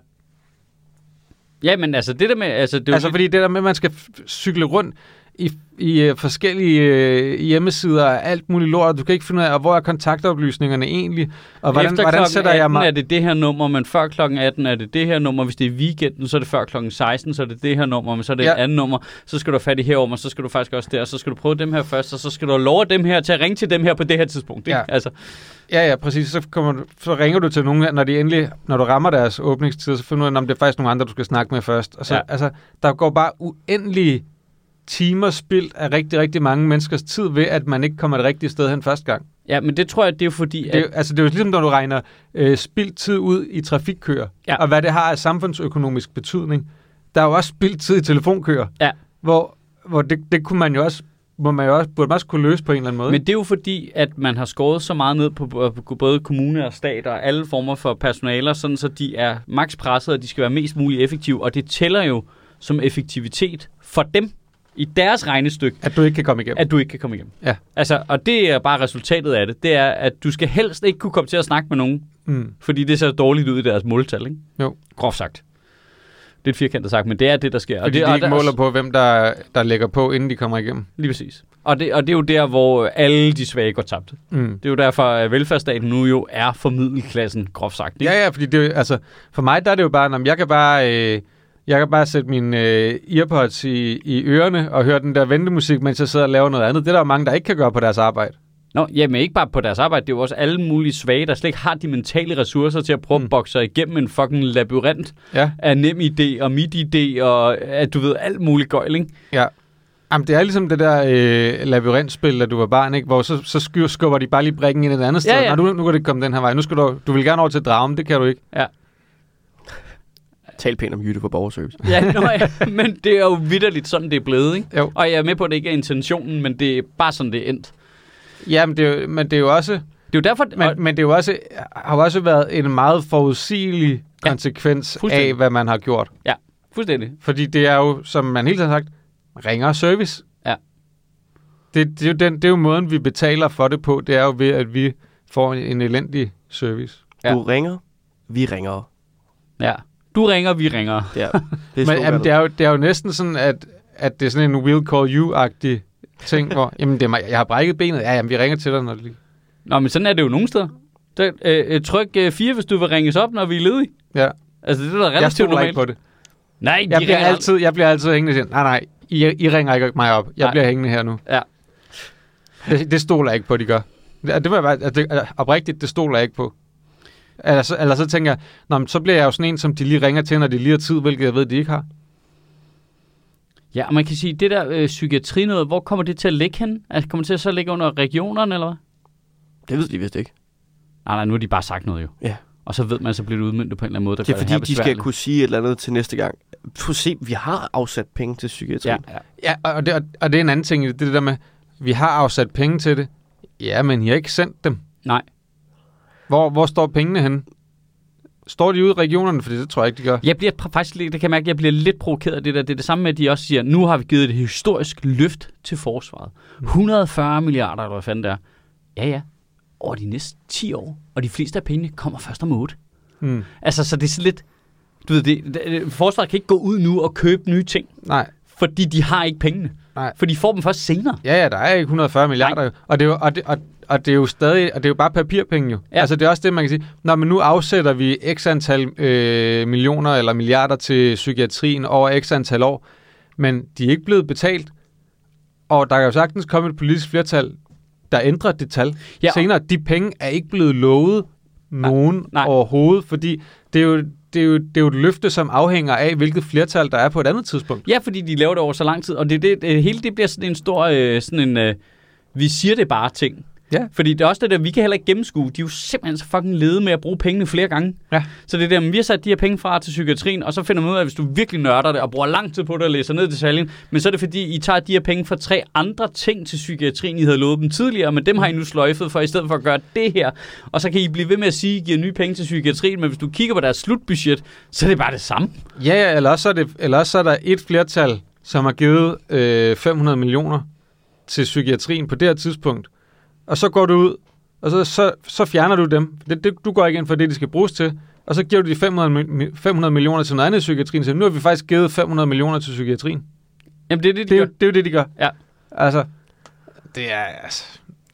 Ja, men altså det der med... Altså, det altså lidt... fordi det der med, at man skal f- cykle rundt i, i uh, forskellige uh, hjemmesider og alt muligt lort, du kan ikke finde ud af, hvor er kontaktoplysningerne egentlig, og hvordan, Efter hvordan sætter jeg mig... er det det her nummer, men før klokken atten er det det her nummer. Hvis det er weekenden, så er det før klokken seksten, så er det det her nummer, men så er det ja. et andet nummer. Så skal du have fat i herover, og så skal du faktisk også der, og så skal du prøve dem her først, og så skal du love dem her til at ringe til dem her på det her tidspunkt. Ikke? Ja. Altså. Ja, ja, præcis. Så, kommer du, så ringer du til nogen, når de endelig, når du rammer deres åbningstid, så finder du ud af, om det er faktisk nogle andre, du skal snakke med først. Og så, ja. altså, der går bare uendelige timer spildt af rigtig, rigtig mange menneskers tid ved, at man ikke kommer det rigtige sted hen første gang. Ja, men det tror jeg, det er jo fordi... At... Det, altså, det er jo ligesom, når du regner øh, spildt tid ud i trafikkøer, ja. og hvad det har af samfundsøkonomisk betydning. Der er jo også spildt tid i telefonkøer, ja. hvor, hvor det, det kunne man jo også, hvor man jo også, burde man også kunne løse på en eller anden måde. Men det er jo fordi, at man har skåret så meget ned på, på både kommune og stat og alle former for personaler, sådan så de er maks presset, og de skal være mest muligt effektive, og det tæller jo som effektivitet for dem, i deres regnestykke, at du ikke kan komme igennem. At du ikke kan komme igennem. Ja. Altså, og det er bare resultatet af det. Det er, at du skal helst ikke kunne komme til at snakke med nogen, mm. fordi det ser dårligt ud i deres måltal, ikke? Jo. Groft sagt. Det er et firkantet sagt, men det er det, der sker. Fordi og det, de og ikke der, måler på, hvem der, der lægger på, inden de kommer igennem. Lige præcis. Og det, og det er jo der, hvor alle de svage går tabt. Mm. Det er jo derfor, at velfærdsstaten nu jo er for middelklassen, groft sagt. Ikke? Ja, ja, fordi det, altså, for mig der er det jo bare, at jeg kan bare, øh, jeg kan bare sætte mine øh, earpods i, i ørerne og høre den der ventemusik, mens jeg sidder og laver noget andet. Det er der jo mange, der ikke kan gøre på deres arbejde. Nå, jamen ikke bare på deres arbejde, det er jo også alle mulige svage, der slet ikke har de mentale ressourcer til at prøve at bokse sig igennem en fucking labyrint ja. af NemID og MitID og at du ved alt muligt gøjl, ikke? Ja. Jamen, det er ligesom det der øh, labyrintspil, da du var barn, ikke? Hvor så, så skubber de bare lige brikken ind et andet sted. Ja, ja. Nå, nu, nu kan det komme den her vej. Nu skal du, du vil gerne over til dragen, det kan du ikke. Ja. Tal pænt om Jytte for borgerservice. Ja, nå, ja, men det er jo vitterligt sådan, det er blevet, ikke? Jo. Og jeg er med på, at det ikke er intentionen, men det er bare sådan, det er endt. Ja, men det er jo, men det er jo også... Det er jo derfor... Men, og, men det er jo også, har jo også været en meget forudsigelig ja, konsekvens af, hvad man har gjort. Ja, fuldstændig. Fordi det er jo, som man hele tiden har sagt, ringer service. Ja. Det, det, er jo den, det er jo måden, vi betaler for det på. Det er jo ved, at vi får en, en elendig service. Ja. Du ringer, vi ringer. Ja. Du ringer, vi ringer. Ja, det er men jamen, det, er jo, det er jo næsten sådan, at, at det er sådan en will call you-agtig ting, hvor jamen, det er mig, jeg har brækket benet. Ja, jamen, vi ringer til dig, når det lige... Nå, men sådan er det jo nogle steder. Så, øh, tryk øh, fire, hvis du vil ringes op, når vi er ledige. Ja. Altså, det er da relativt normalt. Jeg på det. Nej, jeg bliver, altid, jeg bliver altid hængende til. Nej, nej, I, I ringer ikke mig op. Jeg nej. bliver hængende her nu. Ja. Det, det stoler jeg ikke på, de gør. Det, det var bare, altså, det, oprigtigt, det stoler jeg ikke på. Eller så, eller så tænker jeg, nå, men så bliver jeg jo sådan en, som de lige ringer til, når de lige har tid, hvilket jeg ved, de ikke har. Ja, og man kan sige, det der øh, psykiatri noget, hvor kommer det til at ligge hen? Altså, kommer det til at så ligge under regionerne, eller hvad? Det ved de vist ikke. Nej, nej, nu har de bare sagt noget jo. Ja. Og så ved man, så bliver det udmøntet på en eller anden måde, der det er gør fordi, det her de skal kunne sige et eller andet til næste gang. Prøv at se, vi har afsat penge til psykiatri. Ja, ja. ja og, det, og det er en anden ting, det, det der med, vi har afsat penge til det. Ja, men I har ikke sendt dem. Nej. Hvor, hvor står pengene henne? Står de ude i regionerne? For det tror jeg ikke, de gør. Jeg bliver faktisk, det kan jeg mærke, jeg bliver lidt provokeret af det der. Det er det samme med, at de også siger, nu har vi givet et historisk løft til forsvaret. et hundrede og fyrre milliarder, eller hvad fanden det er. Ja, ja. Over de næste ti år. Og de fleste af pengene kommer først om otte. Hmm. Altså, så det er sådan lidt... Du ved, det, det, forsvaret kan ikke gå ud nu og købe nye ting. Nej. Fordi de har ikke pengene. Nej. For de får dem først senere. Ja, ja, der er ikke et hundrede og fyrre milliarder. Og det er jo, og det, og, og det er jo stadig, og det er jo bare papirpenge jo. Ja. Altså det er også det, man kan sige. Når men nu afsætter vi x antal øh, millioner eller milliarder til psykiatrien over x antal år, men de er ikke blevet betalt. Og der kan jo sagtens komme et politisk flertal, der ændrer det tal. Ja. Senere, de penge er ikke blevet lovet nogen nej, nej. overhovedet, fordi det er jo... Det er, jo, det er jo et løfte, som afhænger af, hvilket flertal der er på et andet tidspunkt. Ja, fordi de laver det over så lang tid, og det, det, det hele det bliver sådan en stor, øh, sådan en, øh, vi siger det bare ting. Ja. Fordi det er også det der, vi kan heller ikke gennemskue. De er jo simpelthen så fucking lede med at bruge pengene flere gange. Ja. Så det er der, vi har sat de her penge fra til psykiatrien, og så finder man ud af, at hvis du virkelig nørder det, og bruger lang tid på det og læser ned i detaljen, men så er det fordi, I tager de her penge fra tre andre ting til psykiatrien, I havde lovet dem tidligere, men dem har I nu sløjfet for, i stedet for at gøre det her. Og så kan I blive ved med at sige, at I giver nye penge til psykiatrien, men hvis du kigger på deres slutbudget, så er det bare det samme. Ja, ja, eller også er, det, eller også er der et flertal, som har givet øh, fem hundrede millioner til psykiatrien på det her tidspunkt. Og så går du ud, og så, så, så fjerner du dem. Det, det, du går ikke ind for det, de skal bruges til. Og så giver du de fem hundrede millioner til noget andet i psykiatrien. Så nu har vi faktisk givet fem hundrede millioner til psykiatrien. Jamen, det er det, de det, gør. Det er jo det, de gør. Ja. Altså, det er... Altså,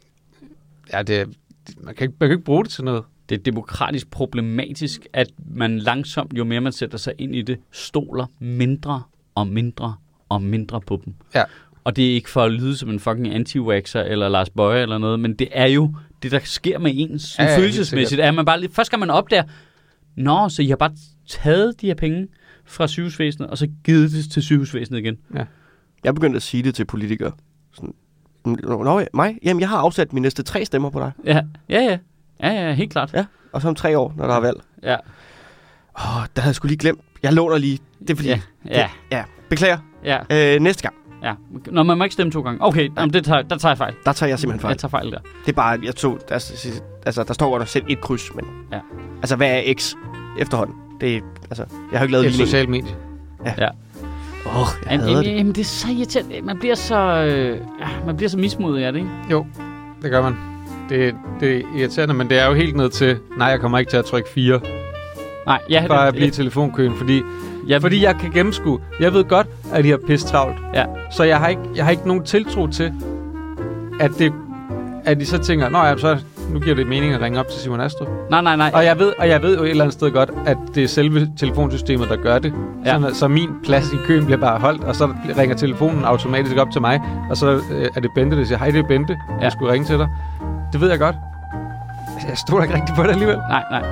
ja, det er... Man kan, ikke, man kan ikke bruge det til noget. Det er demokratisk problematisk, at man langsomt, jo mere man sætter sig ind i det, stoler mindre og mindre og mindre på dem. Ja. Og det er ikke for at lyde som en fucking anti-waxer eller Lars Bøje eller noget, men det er jo det, der sker med ens ja, følelsesmæssigt. Er man bare, først skal man opdage, nå, så I har bare taget de her penge fra sygehusvæsenet, og så givet det til sygehusvæsenet igen. Ja. Jeg begyndte at sige det til politikere. Sådan, nå, mig? Jamen, jeg har afsat mine næste tre stemmer på dig. Ja, ja, ja. Ja, ja, helt klart. Ja, og så om tre år, når der er valg. Ja. Åh, oh, der havde jeg sgu lige glemt. Jeg låner lige. Det er fordi... Ja, ja. Det, ja. Beklager. Ja. Øh, næste gang. Ja. Nå, man må ikke stemme to gange. Okay, ja. Jamen, det tager, der tager jeg fejl. Der tager jeg simpelthen fejl. Jeg tager fejl der. Det er bare, jeg tog... Der, altså, der står godt at sætte et kryds, men... Ja. Altså, hvad er X efterhånden? Det er... Altså, jeg har ikke lavet... Et socialt medie. Ja. Ja. Åh, oh, jeg jamen, hader det. Jamen, det er så irriterende. Man bliver så... Øh, ja, man bliver så mismodig af det, ikke? Jo, det gør man. Det, det er irriterende, men det er jo helt ned til... Nej, jeg kommer ikke til at trykke fire. Nej, ja, for det, at blive i ja. telefonkøen, fordi, Ja, fordi jeg kan gennemskue. Jeg ved godt, at de har pisse travlt. Ja. Så jeg har, ikke, jeg har ikke nogen tiltro til, at, det, at de så tænker, nå ja, så nu giver det mening at ringe op til Simon Astrup. Nej, nej, nej. Og jeg ved, og jeg ved jo et eller andet sted godt, at det er selve telefonsystemet, der gør det. Ja. Sådan, så min plads i køen bliver bare holdt, og så ringer telefonen automatisk op til mig, og så øh, er det Bente, der siger, hej, det er Bente, Ja. jeg skulle ringe til dig. Det ved jeg godt. Jeg stoler ikke rigtig på det alligevel. Nej, nej.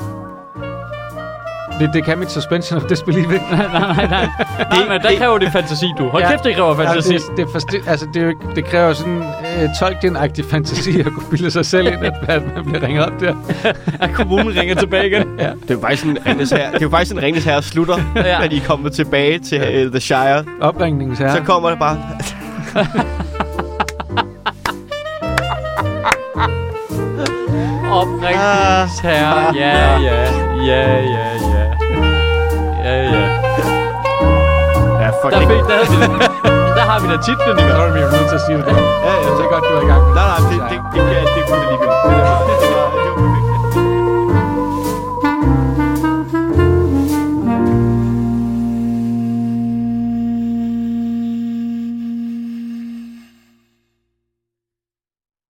Det, det kan mit suspension of disbelief. nej, nej, nej. Det, men der kræver det fantasi, du. Hold Ja. kæft, det kræver fantasi. Ja, det, det, forsti- altså, det, er jo ikke, det kræver sådan øh, Tolkien-agtig fantasi at kunne bilde sig selv ind, at, at man bliver ringet op der. At kommunen ringer tilbage igen. Ja. Det er jo faktisk en Ringnes Herre, det er jo faktisk en Ringnes Herre slutter, Ja. når de er kommet tilbage til uh, The Shire. Opringningens herre. Så kommer det bare... Oprigtighedsherre. Ja, ja, ja, ja, ja. Ja, ja. Ja, fuck Der, det. fik, der, havde vi det. Der har vi da titlen i Så hvert er vi jo nødt til at sige det der. Ja, ja, Så er godt, du er i gang. Nej, nej, det, det, det, det, det, det, det, det, det, det, det, det, det, det, det, det, det, det,